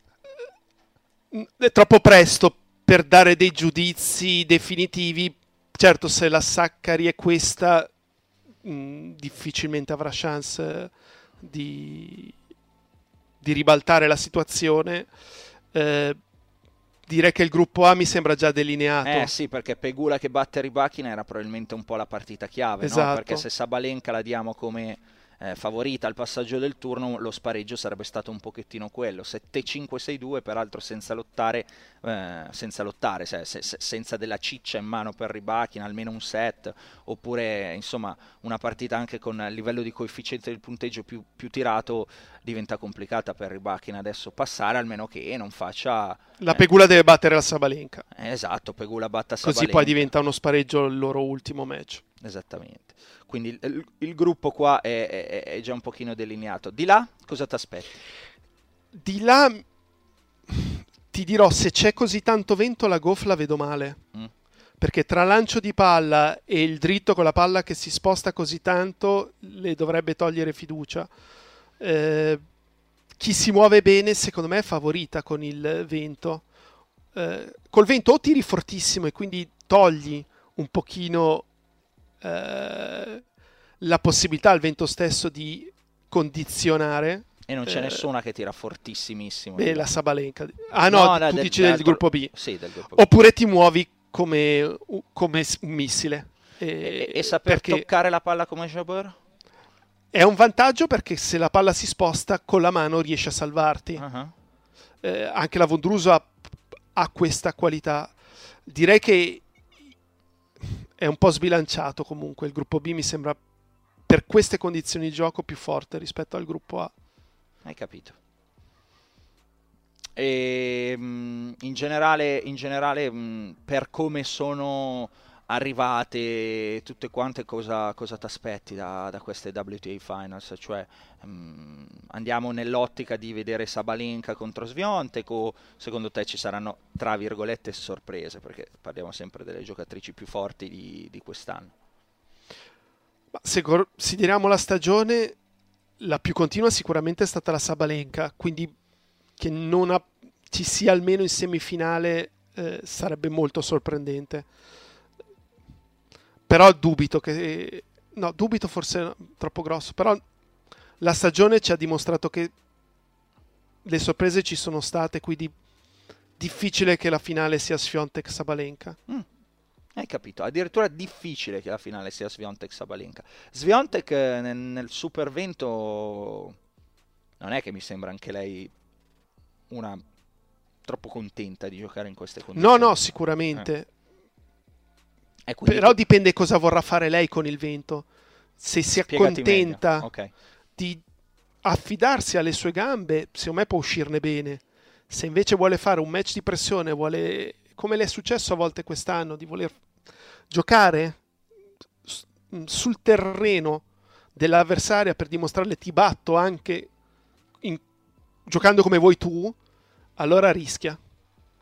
È troppo presto per dare dei giudizi definitivi. Certo, se la Sakkari è questa, difficilmente avrà chance di ribaltare la situazione. Direi che il gruppo A mi sembra già delineato. Sì, perché Pegula che batte Rybakina era probabilmente un po' la partita chiave, esatto. No? Perché se Sabalenka la diamo come favorita al passaggio del turno, lo spareggio sarebbe stato un pochettino quello, 7-5-6-2, peraltro senza lottare, senza della ciccia in mano per Rybakina, almeno un set, oppure insomma una partita anche con il livello di coefficiente del punteggio più tirato, diventa complicata per Rybakina adesso passare, almeno che non faccia... La Pegula deve battere la Sabalenka. Esatto, Pegula batta Sabalenka. Così poi diventa uno spareggio il loro ultimo match. Esattamente. Quindi il gruppo qua è già un pochino delineato. Di là, cosa ti aspetti? Di là, ti dirò, se c'è così tanto vento, la Goff la vedo male. Perché tra lancio di palla e il dritto con la palla che si sposta così tanto, le dovrebbe togliere fiducia. Chi si muove bene, secondo me, è favorita con il vento. Col vento o tiri fortissimo e quindi togli un pochino... la possibilità al vento stesso di condizionare, e non c'è nessuna che tira fortissimissimo. Beh, la Sabalenka. No, tu dici del gruppo B. Sì, del gruppo B. Oppure ti muovi come un missile e saper toccare la palla come Jabeur è un vantaggio, perché se la palla si sposta con la mano riesci a salvarti. Anche la Vondrousova ha questa qualità. Direi che è un po' sbilanciato comunque. Il gruppo B mi sembra, per queste condizioni di gioco, più forte rispetto al gruppo A. Hai capito. E in generale per come sono arrivate tutte quante, cosa ti aspetti da queste WTA Finals? Cioè andiamo nell'ottica di vedere Sabalenka contro Swiatek, o secondo te ci saranno tra virgolette sorprese, perché parliamo sempre delle giocatrici più forti di quest'anno? Ma se consideriamo la stagione, la più continua sicuramente è stata la Sabalenka, quindi che ci sia almeno in semifinale sarebbe molto sorprendente. Però dubito forse no, troppo grosso, però la stagione ci ha dimostrato che le sorprese ci sono state, quindi difficile che la finale sia Swiatek-Sabalenka. Hai capito, addirittura difficile che la finale sia Swiatek-Sabalenka. Swiatek nel supervento non è che mi sembra anche lei una troppo contenta di giocare in queste condizioni. No, sicuramente. Quindi però dipende cosa vorrà fare lei con il vento. Se si accontenta di affidarsi alle sue gambe, secondo me può uscirne bene. Se invece vuole fare un match di pressione, vuole, come le è successo a volte quest'anno, di voler giocare sul terreno dell'avversaria per dimostrarle ti batto anche giocando come vuoi tu, allora rischia.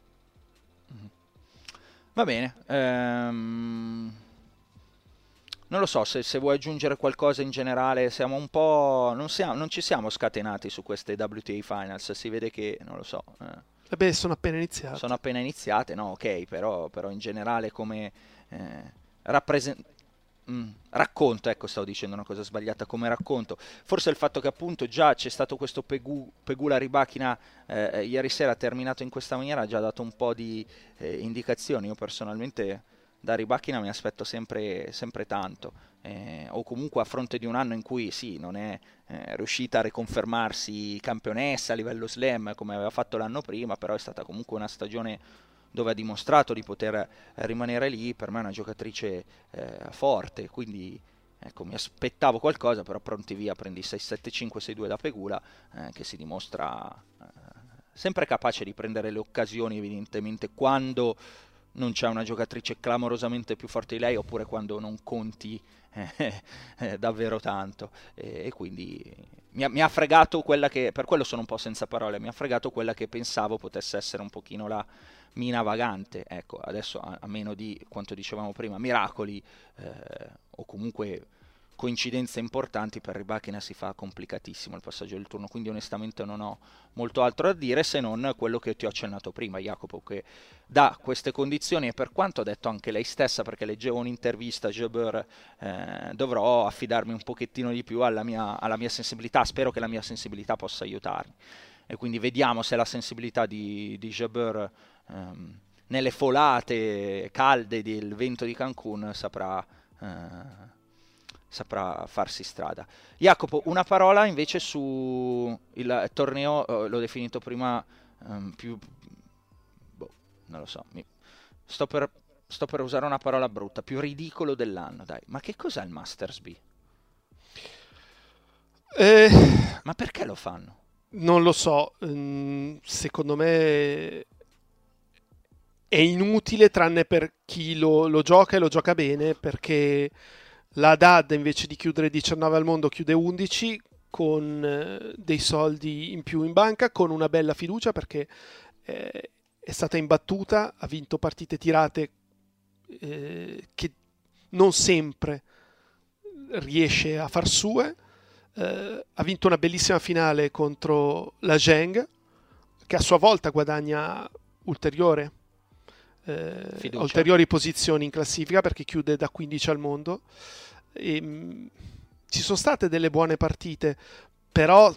Va bene. Non lo so se vuoi aggiungere qualcosa in generale, siamo un po'... non ci siamo scatenati su queste WTA Finals, si vede che, non lo so... Beh, sono appena iniziate. Sono appena iniziate, no, ok, però in generale come racconto, ecco, stavo dicendo una cosa sbagliata, come racconto. Forse il fatto che appunto già c'è stato questo Pegula Rybakina ieri sera terminato in questa maniera ha già dato un po' di indicazioni. Io personalmente da Rybakina mi aspetto sempre tanto, o comunque a fronte di un anno in cui sì, non è riuscita a riconfermarsi campionessa a livello slam come aveva fatto l'anno prima, però è stata comunque una stagione dove ha dimostrato di poter rimanere lì. Per me è una giocatrice forte, quindi ecco, mi aspettavo qualcosa, però pronti via, prendi 6-7-5-6-2 da Pegula, che si dimostra sempre capace di prendere le occasioni, evidentemente quando non c'è una giocatrice clamorosamente più forte di lei, oppure quando non conti davvero tanto, e quindi mi ha fregato quella che, per quello sono un po' senza parole, mi ha fregato quella che pensavo potesse essere un pochino la mina vagante. Ecco, adesso a meno di quanto dicevamo prima, miracoli o comunque coincidenze importanti, per Rybakina si fa complicatissimo il passaggio del turno, quindi onestamente non ho molto altro da dire se non quello che ti ho accennato prima, Jacopo, che da queste condizioni, e per quanto ha detto anche lei stessa, perché leggevo un'intervista a Jabeur, dovrò affidarmi un pochettino di più alla mia sensibilità, spero che la mia sensibilità possa aiutarmi, e quindi vediamo se la sensibilità di Jabeur nelle folate calde del vento di Cancun saprà farsi strada. Jacopo, una parola invece su il torneo, l'ho definito prima più... non lo so, sto per usare una parola brutta, più ridicolo dell'anno, dai. Ma che cos'è il Masters B? Ma perché lo fanno? Non lo so, secondo me è inutile, tranne per chi lo gioca e lo gioca bene, perché la Haddad invece di chiudere 19 al mondo chiude 11 con dei soldi in più in banca, con una bella fiducia perché è stata imbattuta, ha vinto partite tirate che non sempre riesce a far sue, ha vinto una bellissima finale contro la Zheng, che a sua volta guadagna ulteriori posizioni in classifica perché chiude da 15 al mondo. Ci sono state delle buone partite, però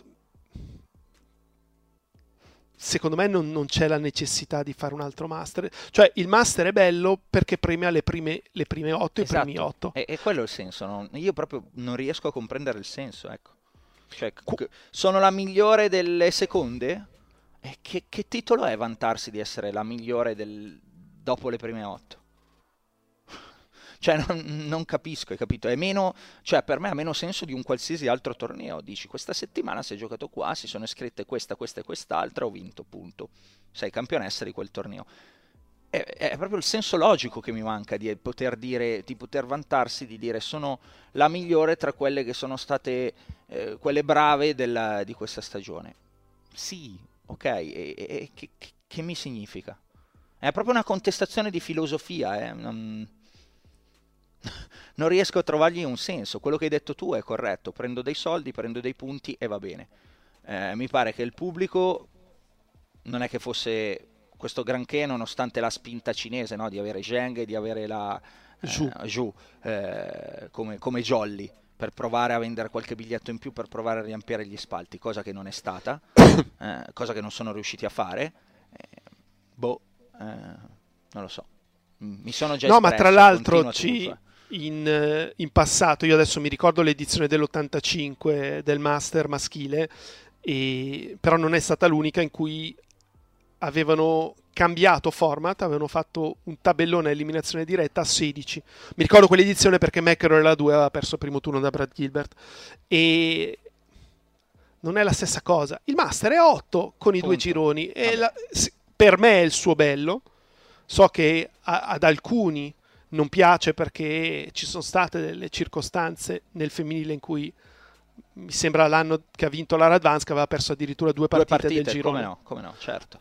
secondo me non c'è la necessità di fare un altro master. Cioè il master è bello perché premia le prime 8, esatto, i primi 8. E quello è il senso, no? Io proprio non riesco a comprendere il senso, ecco. Cioè, sono la migliore delle seconde? E che titolo è vantarsi di essere la migliore dopo le prime 8? Cioè non capisco, hai capito? È meno, cioè per me ha meno senso di un qualsiasi altro torneo. Dici, questa settimana si è giocato qua, si sono iscritte questa e quest'altra, ho vinto, punto. Sei campionessa di quel torneo. È proprio il senso logico che mi manca di poter dire, di poter vantarsi, di dire sono la migliore tra quelle che sono state quelle brave di questa stagione. Sì, ok, e che mi significa? È proprio una contestazione di filosofia, non riesco a trovargli un senso. Quello che hai detto tu è corretto, prendo dei soldi, prendo dei punti e va bene. Mi pare che il pubblico non è che fosse questo granché, nonostante la spinta cinese, no? Di avere Zheng e di avere la Zhu come jolly, per provare a vendere qualche biglietto in più, per provare a riempire gli spalti, cosa che non è stata, cosa che non sono riusciti a fare. Non lo so, mi sono già espresso. No, ma tra l'altro in passato, io adesso mi ricordo l'edizione dell'85 del Master maschile, però non è stata l'unica in cui avevano cambiato format, avevano fatto un tabellone a eliminazione diretta a 16. Mi ricordo quell'edizione perché McEnroe la 2 aveva perso il primo turno da Brad Gilbert, e non è la stessa cosa. Il Master è 8 con i due gironi, e per me è il suo bello. So che ad alcuni non piace perché ci sono state delle circostanze nel femminile in cui mi sembra l'anno che ha vinto la Radvanska aveva perso addirittura due partite del girone. Come no, certo.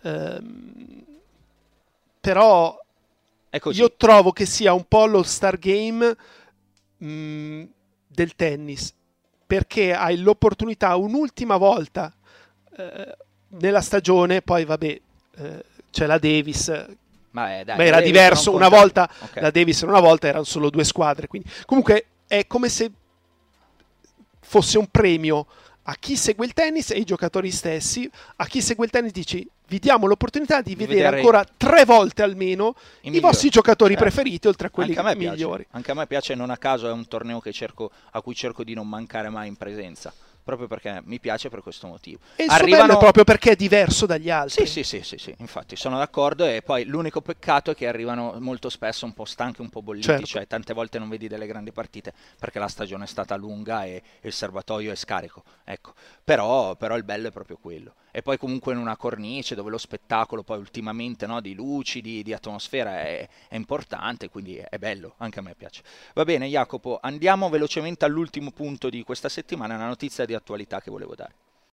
Però io trovo che sia un po' lo Star Game del tennis, perché hai l'opportunità un'ultima volta nella stagione, poi vabbè, c'è la Davis, ma era diverso, una volta la Davis una volta erano solo 2 squadre, quindi comunque è come se fosse un premio a chi segue il tennis e ai giocatori stessi. A chi segue il tennis dici: vi diamo l'opportunità di vedere ancora 3 volte almeno i vostri giocatori preferiti, oltre a quelli migliori. Anche a me piace, non a caso è un torneo a cui cerco di non mancare mai in presenza, proprio perché mi piace per questo motivo. E il suo bello è proprio perché è diverso dagli altri. Sì, infatti sono d'accordo. E poi l'unico peccato è che arrivano molto spesso un po' stanchi, un po' bolliti, certo. Cioè tante volte non vedi delle grandi partite perché la stagione è stata lunga e il serbatoio è scarico, ecco. Però il bello è proprio quello. E poi comunque in una cornice dove lo spettacolo poi ultimamente, no, di luci, di atmosfera è importante, quindi è bello, anche a me piace. Va bene Jacopo, andiamo velocemente all'ultimo punto di questa settimana, una notizia di attualità che volevo dare.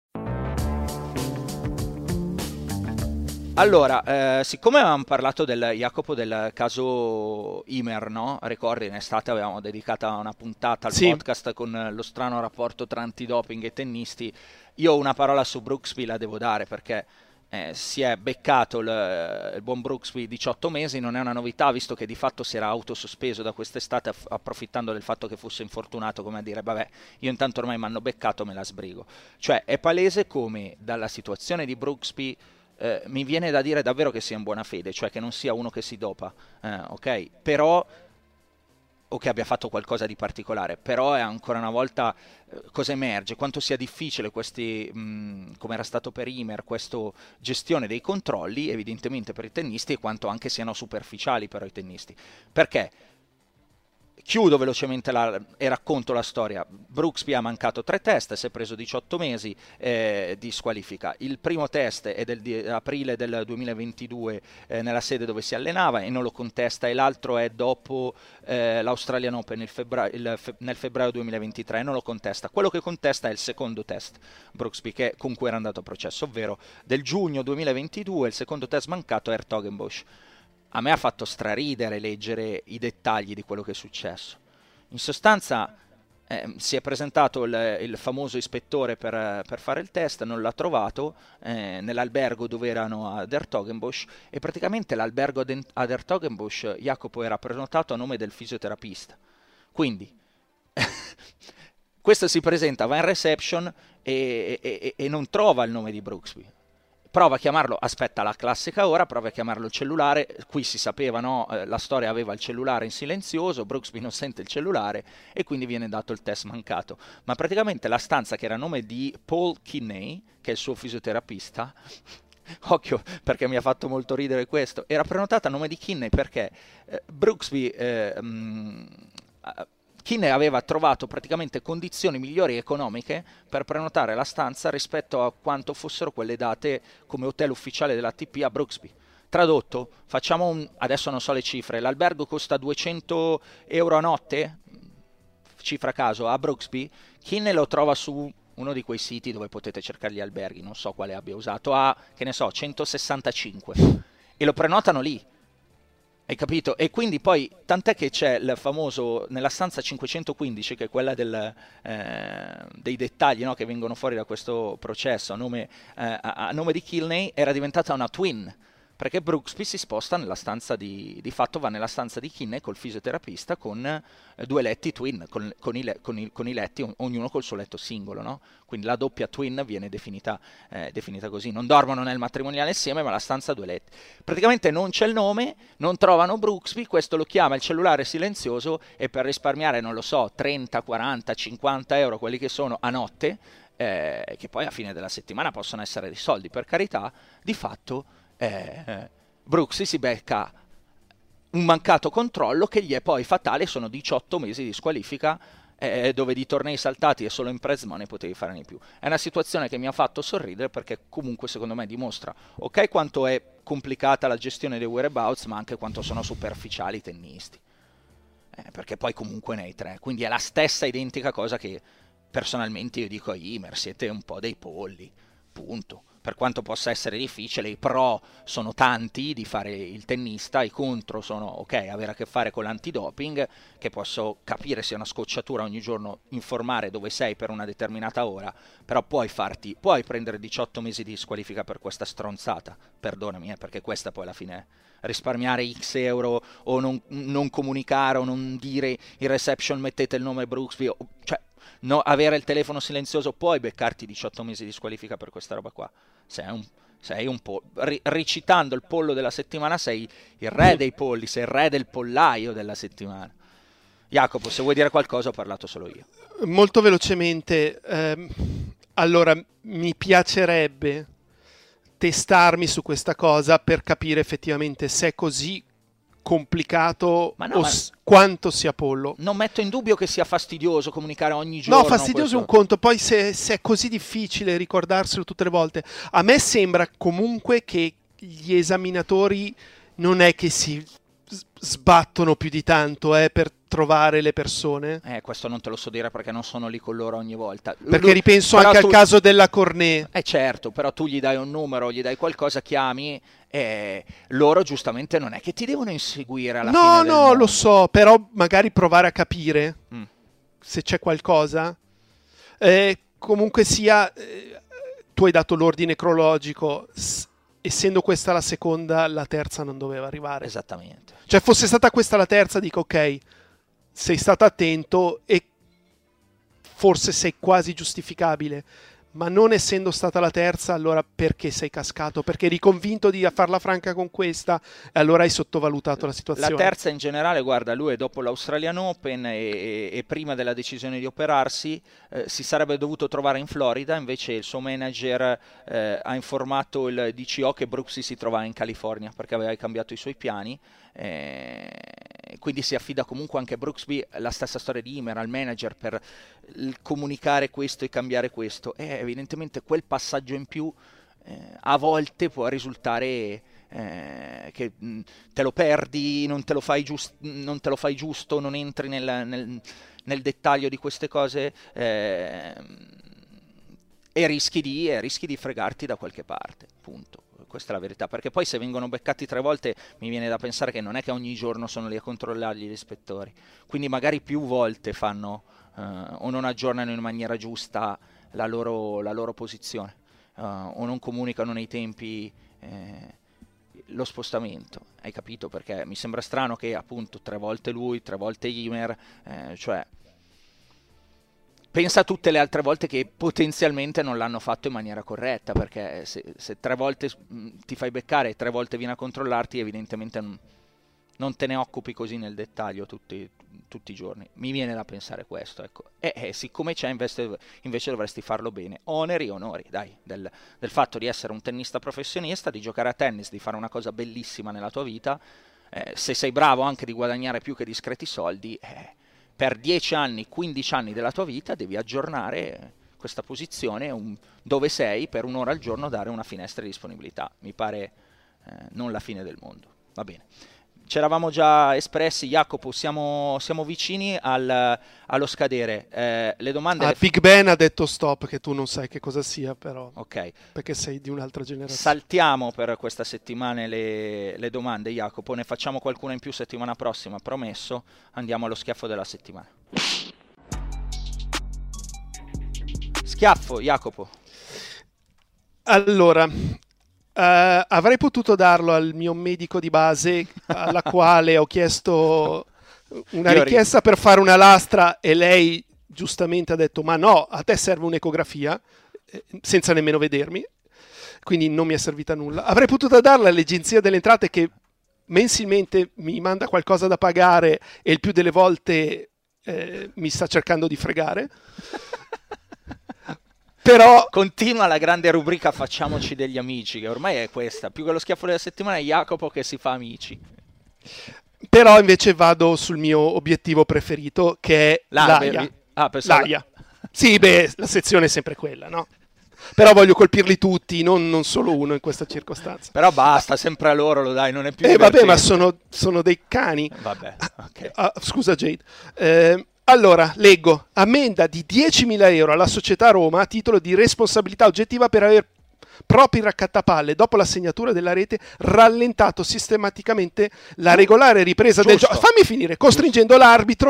Allora, siccome avevamo parlato Jacopo del caso Ymer, no? Ricordi, in estate avevamo dedicato una puntata al podcast con lo strano rapporto tra antidoping e tennisti. Io una parola su Brooksby la devo dare, perché si è beccato il buon Brooksby 18 mesi, non è una novità, visto che di fatto si era autosospeso da quest'estate approfittando del fatto che fosse infortunato, come a dire vabbè, io intanto ormai mi hanno beccato, me la sbrigo. Cioè è palese come dalla situazione di Brooksby mi viene da dire davvero che sia in buona fede, cioè che non sia uno che si dopa, ok? Però, o che abbia fatto qualcosa di particolare, però è ancora una volta cosa emerge, quanto sia difficile questi, come era stato per Ymer, questa gestione dei controlli evidentemente per i tennisti, e quanto anche siano superficiali però i tennisti. Perché? Chiudo velocemente e racconto la storia. Brooksby ha mancato 3 test, si è preso 18 mesi di squalifica. Il primo test è di aprile del 2022 nella sede dove si allenava e non lo contesta, e l'altro è dopo l'Australian Open nel febbraio 2023 e non lo contesta. Quello che contesta è il secondo test Brooksby, con cui era andato a processo, ovvero del giugno 2022, il secondo test mancato è 's-Hertogenbosch. A me ha fatto straridere leggere i dettagli di quello che è successo. In sostanza si è presentato il famoso ispettore per fare il test, non l'ha trovato nell'albergo dove erano ad 's-Hertogenbosch, e praticamente l'albergo ad 's-Hertogenbosch, Jacopo, era prenotato a nome del fisioterapista. Quindi questo si presenta, va in reception e non trova il nome di Brooksby. Prova a chiamarlo, aspetta la classica ora, prova a chiamarlo il cellulare, qui si sapeva, no? La storia aveva il cellulare in silenzioso, Brooksby non sente il cellulare e quindi viene dato il test mancato. Ma praticamente la stanza, che era a nome di Paul Kinney, che è il suo fisioterapista, occhio perché mi ha fatto molto ridere questo, era prenotata a nome di Kinney perché Kinney aveva trovato praticamente condizioni migliori economiche per prenotare la stanza rispetto a quanto fossero quelle date come hotel ufficiale dell'ATP a Brooksby. Tradotto, adesso non so le cifre, l'albergo costa 200 euro a notte, cifra a caso, a Brooksby. Kinney lo trova su uno di quei siti dove potete cercare gli alberghi, non so quale abbia usato, a, che ne so, 165, e lo prenotano lì. Hai capito? E quindi poi, tant'è che c'è il famoso, nella stanza 515, che è quella dei dettagli, no, che vengono fuori da questo processo, a nome di Kinney, era diventata una twin, perché Brooksby si sposta nella stanza di fatto va nella stanza di Kinney col fisioterapista con 2 letti twin, con i letti, ognuno col suo letto singolo, no? Quindi la doppia twin viene definita così. Non dormono nel matrimoniale insieme, ma la stanza ha 2 letti. Praticamente non c'è il nome, non trovano Brooksby, questo lo chiama il cellulare silenzioso, e per risparmiare, non lo so, 30, 40, 50 euro, quelli che sono a notte, che poi a fine della settimana possono essere dei soldi, per carità, di fatto Brooksby si becca un mancato controllo che gli è poi fatale. Sono 18 mesi di squalifica, dove di tornei saltati e solo in prize money potevi fare di più. È una situazione che mi ha fatto sorridere, perché comunque secondo me dimostra ok quanto è complicata la gestione dei whereabouts, ma anche quanto sono superficiali i tennisti, perché poi comunque nei 3, quindi è la stessa identica cosa che personalmente io dico a Ymer: siete un po' dei polli, punto. per quanto possa essere difficile, i pro sono tanti di fare il tennista, i contro sono, ok, avere a che fare con l'antidoping, che posso capire sia una scocciatura ogni giorno informare dove sei per una determinata ora, però puoi prendere 18 mesi di squalifica per questa stronzata, perdonami, perché questa poi alla fine è risparmiare X euro o non comunicare o non dire in reception mettete il nome Brooksby, cioè no, avere il telefono silenzioso, puoi beccarti 18 mesi di squalifica per questa roba qua. Sei un po' recitando il pollo della settimana, sei il re dei polli, sei il re del pollaio della settimana. Jacopo, se vuoi dire qualcosa, ho parlato solo io. Molto velocemente, allora mi piacerebbe testarmi su questa cosa per capire effettivamente se è così complicato quanto sia pollo. Non metto in dubbio che sia fastidioso comunicare ogni giorno. No, fastidioso è un conto, poi se è così difficile ricordarselo tutte le volte. A me sembra comunque che gli esaminatori non è che si sbattono più di tanto per trovare le persone. Questo non te lo so dire perché non sono lì con loro ogni volta. Perché ripenso anche al caso della Cornet. Certo, però tu gli dai un numero, gli dai qualcosa, chiami, loro giustamente non è che ti devono inseguire alla fine del mondo. Lo so, però magari provare a capire se c'è qualcosa. Comunque sia, tu hai dato l'ordine cronologico. Essendo questa la seconda, la terza non doveva arrivare. Esattamente. Cioè, fosse stata questa la terza, dico ok, sei stato attento e forse sei quasi giustificabile, ma non essendo stata la terza, allora perché sei cascato? Perché eri convinto di farla franca con questa e allora hai sottovalutato la situazione. La terza in generale, guarda, lui dopo l'Australian Open e prima della decisione di operarsi si sarebbe dovuto trovare in Florida, invece il suo manager ha informato il DCO che Brooksby si trovava in California perché aveva cambiato i suoi piani. Quindi si affida comunque anche Brooksby, la stessa storia di Ymer, al manager per comunicare questo e cambiare questo, e evidentemente quel passaggio in più a volte può risultare che te lo perdi, non te lo fai giusto, non entri nel dettaglio di queste cose e rischi di fregarti da qualche parte, punto. Questa è la verità, perché poi se vengono beccati 3 volte mi viene da pensare che non è che ogni giorno sono lì a controllargli gli ispettori, quindi magari più volte fanno o non aggiornano in maniera giusta la loro posizione o non comunicano nei tempi lo spostamento, hai capito? Perché mi sembra strano che appunto 3 volte lui, 3 volte Ymer, cioè pensa a tutte le altre volte che potenzialmente non l'hanno fatto in maniera corretta, perché se 3 volte ti fai beccare e 3 volte viene a controllarti, evidentemente non te ne occupi così nel dettaglio tutti i giorni. Mi viene da pensare questo, ecco. Siccome c'è, invece dovresti farlo bene. Oneri, dai, del fatto di essere un tennista professionista, di giocare a tennis, di fare una cosa bellissima nella tua vita, se sei bravo anche di guadagnare più che discreti soldi, per 10 anni, 15 anni della tua vita devi aggiornare questa posizione dove sei per 1 ora al giorno, dare una finestra di disponibilità. Mi pare non la fine del mondo. Va bene. C'eravamo già espressi, Jacopo, siamo vicini allo scadere. Le domande... Big Ben ha detto stop, che tu non sai che cosa sia, però. Ok. Perché sei di un'altra generazione. Saltiamo per questa settimana le domande, Jacopo. Ne facciamo qualcuna in più settimana prossima, promesso. Andiamo allo schiaffo della settimana. Schiaffo, Jacopo. Allora... avrei potuto darlo al mio medico di base, alla quale ho chiesto una richiesta per fare una lastra e lei giustamente ha detto ma no, a te serve un'ecografia, senza nemmeno vedermi, quindi non mi è servita a nulla. Avrei potuto darla all'Agenzia delle Entrate, che mensilmente mi manda qualcosa da pagare e il più delle volte mi sta cercando di fregare. Però continua la grande rubrica facciamoci degli amici, che ormai è questa, più che lo schiaffo della settimana è Jacopo che si fa amici. Però invece vado sul mio obiettivo preferito, che è l'AIA. L'AIA. Sì, la sezione è sempre quella, no? Però voglio colpirli tutti, non solo uno in questa circostanza. Però basta, sempre a loro lo dai, non è più vabbè, ma sono dei cani. Vabbè, ok. Scusa Jade. Allora, leggo, ammenda di 10.000 euro alla società Roma a titolo di responsabilità oggettiva per aver proprio il raccattapalle dopo la segnatura della rete, rallentato sistematicamente la regolare ripresa del gioco. Fammi finire, costringendo l'arbitro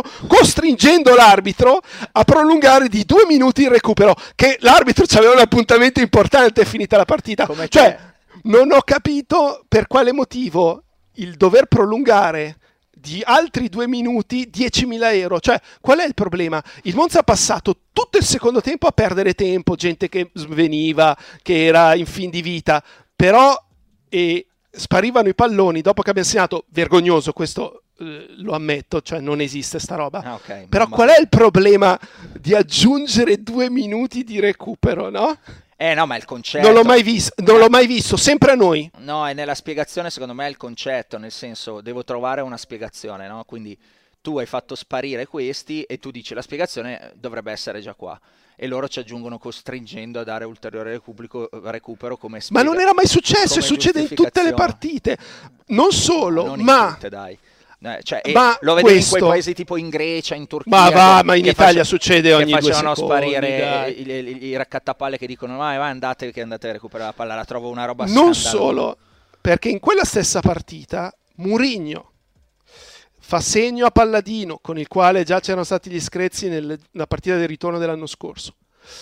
a prolungare di 2 minuti il recupero, che l'arbitro aveva un appuntamento importante, è finita la partita. Non ho capito per quale motivo il dover prolungare di altri 2 minuti 10.000 euro. Cioè, qual è il problema? Il Monza ha passato tutto il secondo tempo a perdere tempo, gente che sveniva, che era in fin di vita, però sparivano i palloni dopo che abbiamo segnato. Vergognoso, questo lo ammetto, cioè non esiste sta roba. Però qual è il problema di aggiungere 2 minuti di recupero, no? No, ma il concetto... Non l'ho mai visto, sempre a noi. No, è nella spiegazione, secondo me, è il concetto, nel senso, devo trovare una spiegazione, no? Quindi tu hai fatto sparire questi e tu dici la spiegazione dovrebbe essere già qua. E loro ci aggiungono costringendo a dare ulteriore recupero come ma non era mai successo, e succede in tutte le partite. Non solo, in tutte, dai. Ma lo vedevi in quei paesi tipo in Grecia, in Turchia, ma in Italia succede ogni 2 secondi. Che facevano sparire i raccattapalle che dicono vai andate a recuperare la palla. La trovo una roba non solo, perché in quella stessa partita Mourinho fa segno a Palladino, con il quale già c'erano stati gli screzi nella partita del ritorno dell'anno scorso,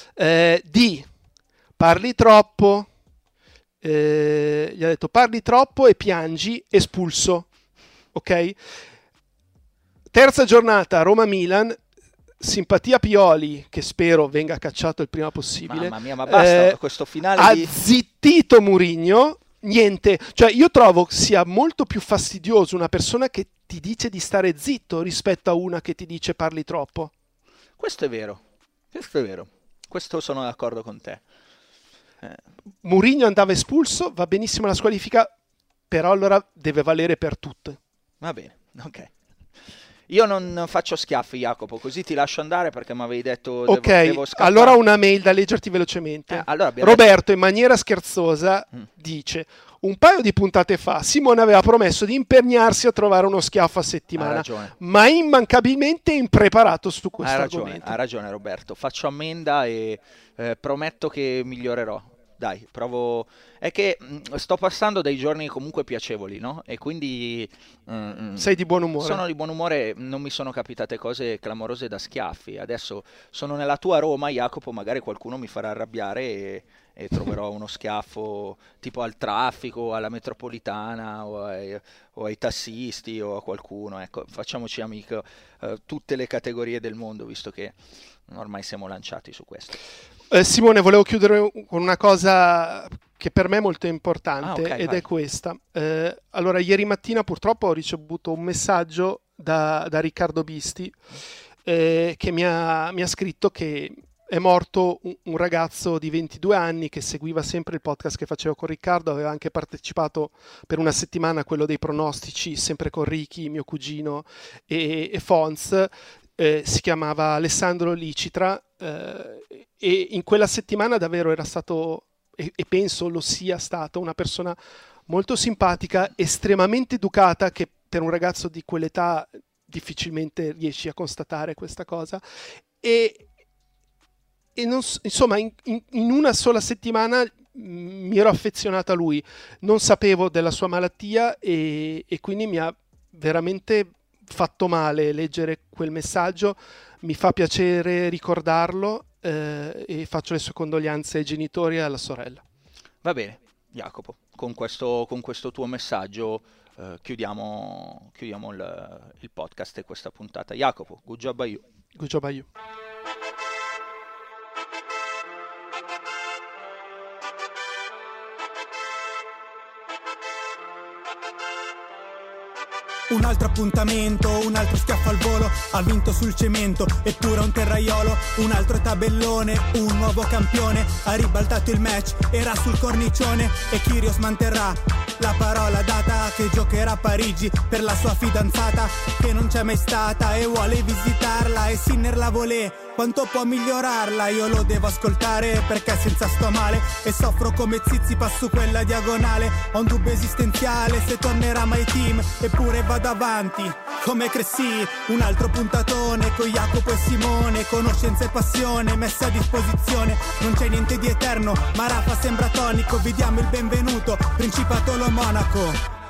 di parli troppo, gli ha detto parli troppo e piangi, espulso. Ok? Terza giornata, Roma-Milan, simpatia Pioli, che spero venga cacciato il prima possibile. Mamma mia, ma basta questo finale ha zittito Mourinho, niente. Cioè, io trovo sia molto più fastidioso una persona che ti dice di stare zitto rispetto a una che ti dice parli troppo. Questo è vero, questo sono d'accordo con te. Mourinho andava espulso, va benissimo la squalifica, però allora deve valere per tutte. Va bene, ok. Io non faccio schiaffi, Jacopo, così ti lascio andare perché mi avevi detto devo scappare. Allora una mail da leggerti velocemente. Roberto in maniera scherzosa dice: un paio di puntate fa Simone aveva promesso di impegnarsi a trovare uno schiaffo a settimana, ma immancabilmente impreparato su questo argomento. Ha ragione Roberto, faccio ammenda e prometto che migliorerò. Dai, provo. È che sto passando dei giorni comunque piacevoli, no? E quindi sei di buon umore. Sono di buon umore, non mi sono capitate cose clamorose da schiaffi. Adesso sono nella tua Roma, Jacopo, magari qualcuno mi farà arrabbiare e troverò uno schiaffo tipo al traffico, alla metropolitana o ai tassisti o a qualcuno. Ecco, facciamoci amico tutte le categorie del mondo, visto che ormai siamo lanciati su questo. Simone, volevo chiudere con una cosa che per me è molto importante, ed vai. È questa. Allora, ieri mattina purtroppo ho ricevuto un messaggio da Riccardo Bisti che mi ha scritto che è morto un ragazzo di 22 anni che seguiva sempre il podcast che facevo con Riccardo, aveva anche partecipato per una settimana a quello dei pronostici, sempre con Ricky, mio cugino, e Fons. Si chiamava Alessandro Licitra, e in quella settimana davvero era stato, e penso lo sia stato, una persona molto simpatica, estremamente educata, che per un ragazzo di quell'età difficilmente riesci a constatare questa cosa, e non, insomma in una sola settimana mi ero affezionato a lui, non sapevo della sua malattia e quindi mi ha veramente fatto male leggere quel messaggio. Mi fa piacere ricordarlo e faccio le sue condoglianze ai genitori e alla sorella. Va bene, Jacopo, con questo tuo messaggio chiudiamo il podcast e questa puntata. Jacopo, good job a you. Good job a you. Un altro appuntamento, un altro schiaffo al volo, ha vinto sul cemento, eppure un terraiolo, un altro tabellone, un nuovo campione, ha ribaltato il match, era sul cornicione e Kyrgios manterrà la parola data che giocherà a Parigi per la sua fidanzata che non c'è mai stata e vuole visitarla e Sinner la volè. Quanto può migliorarla? Io lo devo ascoltare perché senza sto male e soffro come Tsitsipas su quella diagonale. Ho un dubbio esistenziale se tornerà mai team, eppure vado avanti come Cressy. Un altro puntatone con Jacopo e Simone, conoscenza e passione messa a disposizione. Non c'è niente di eterno, ma Rafa sembra tonico. Vi diamo il benvenuto, Principato lo Monaco.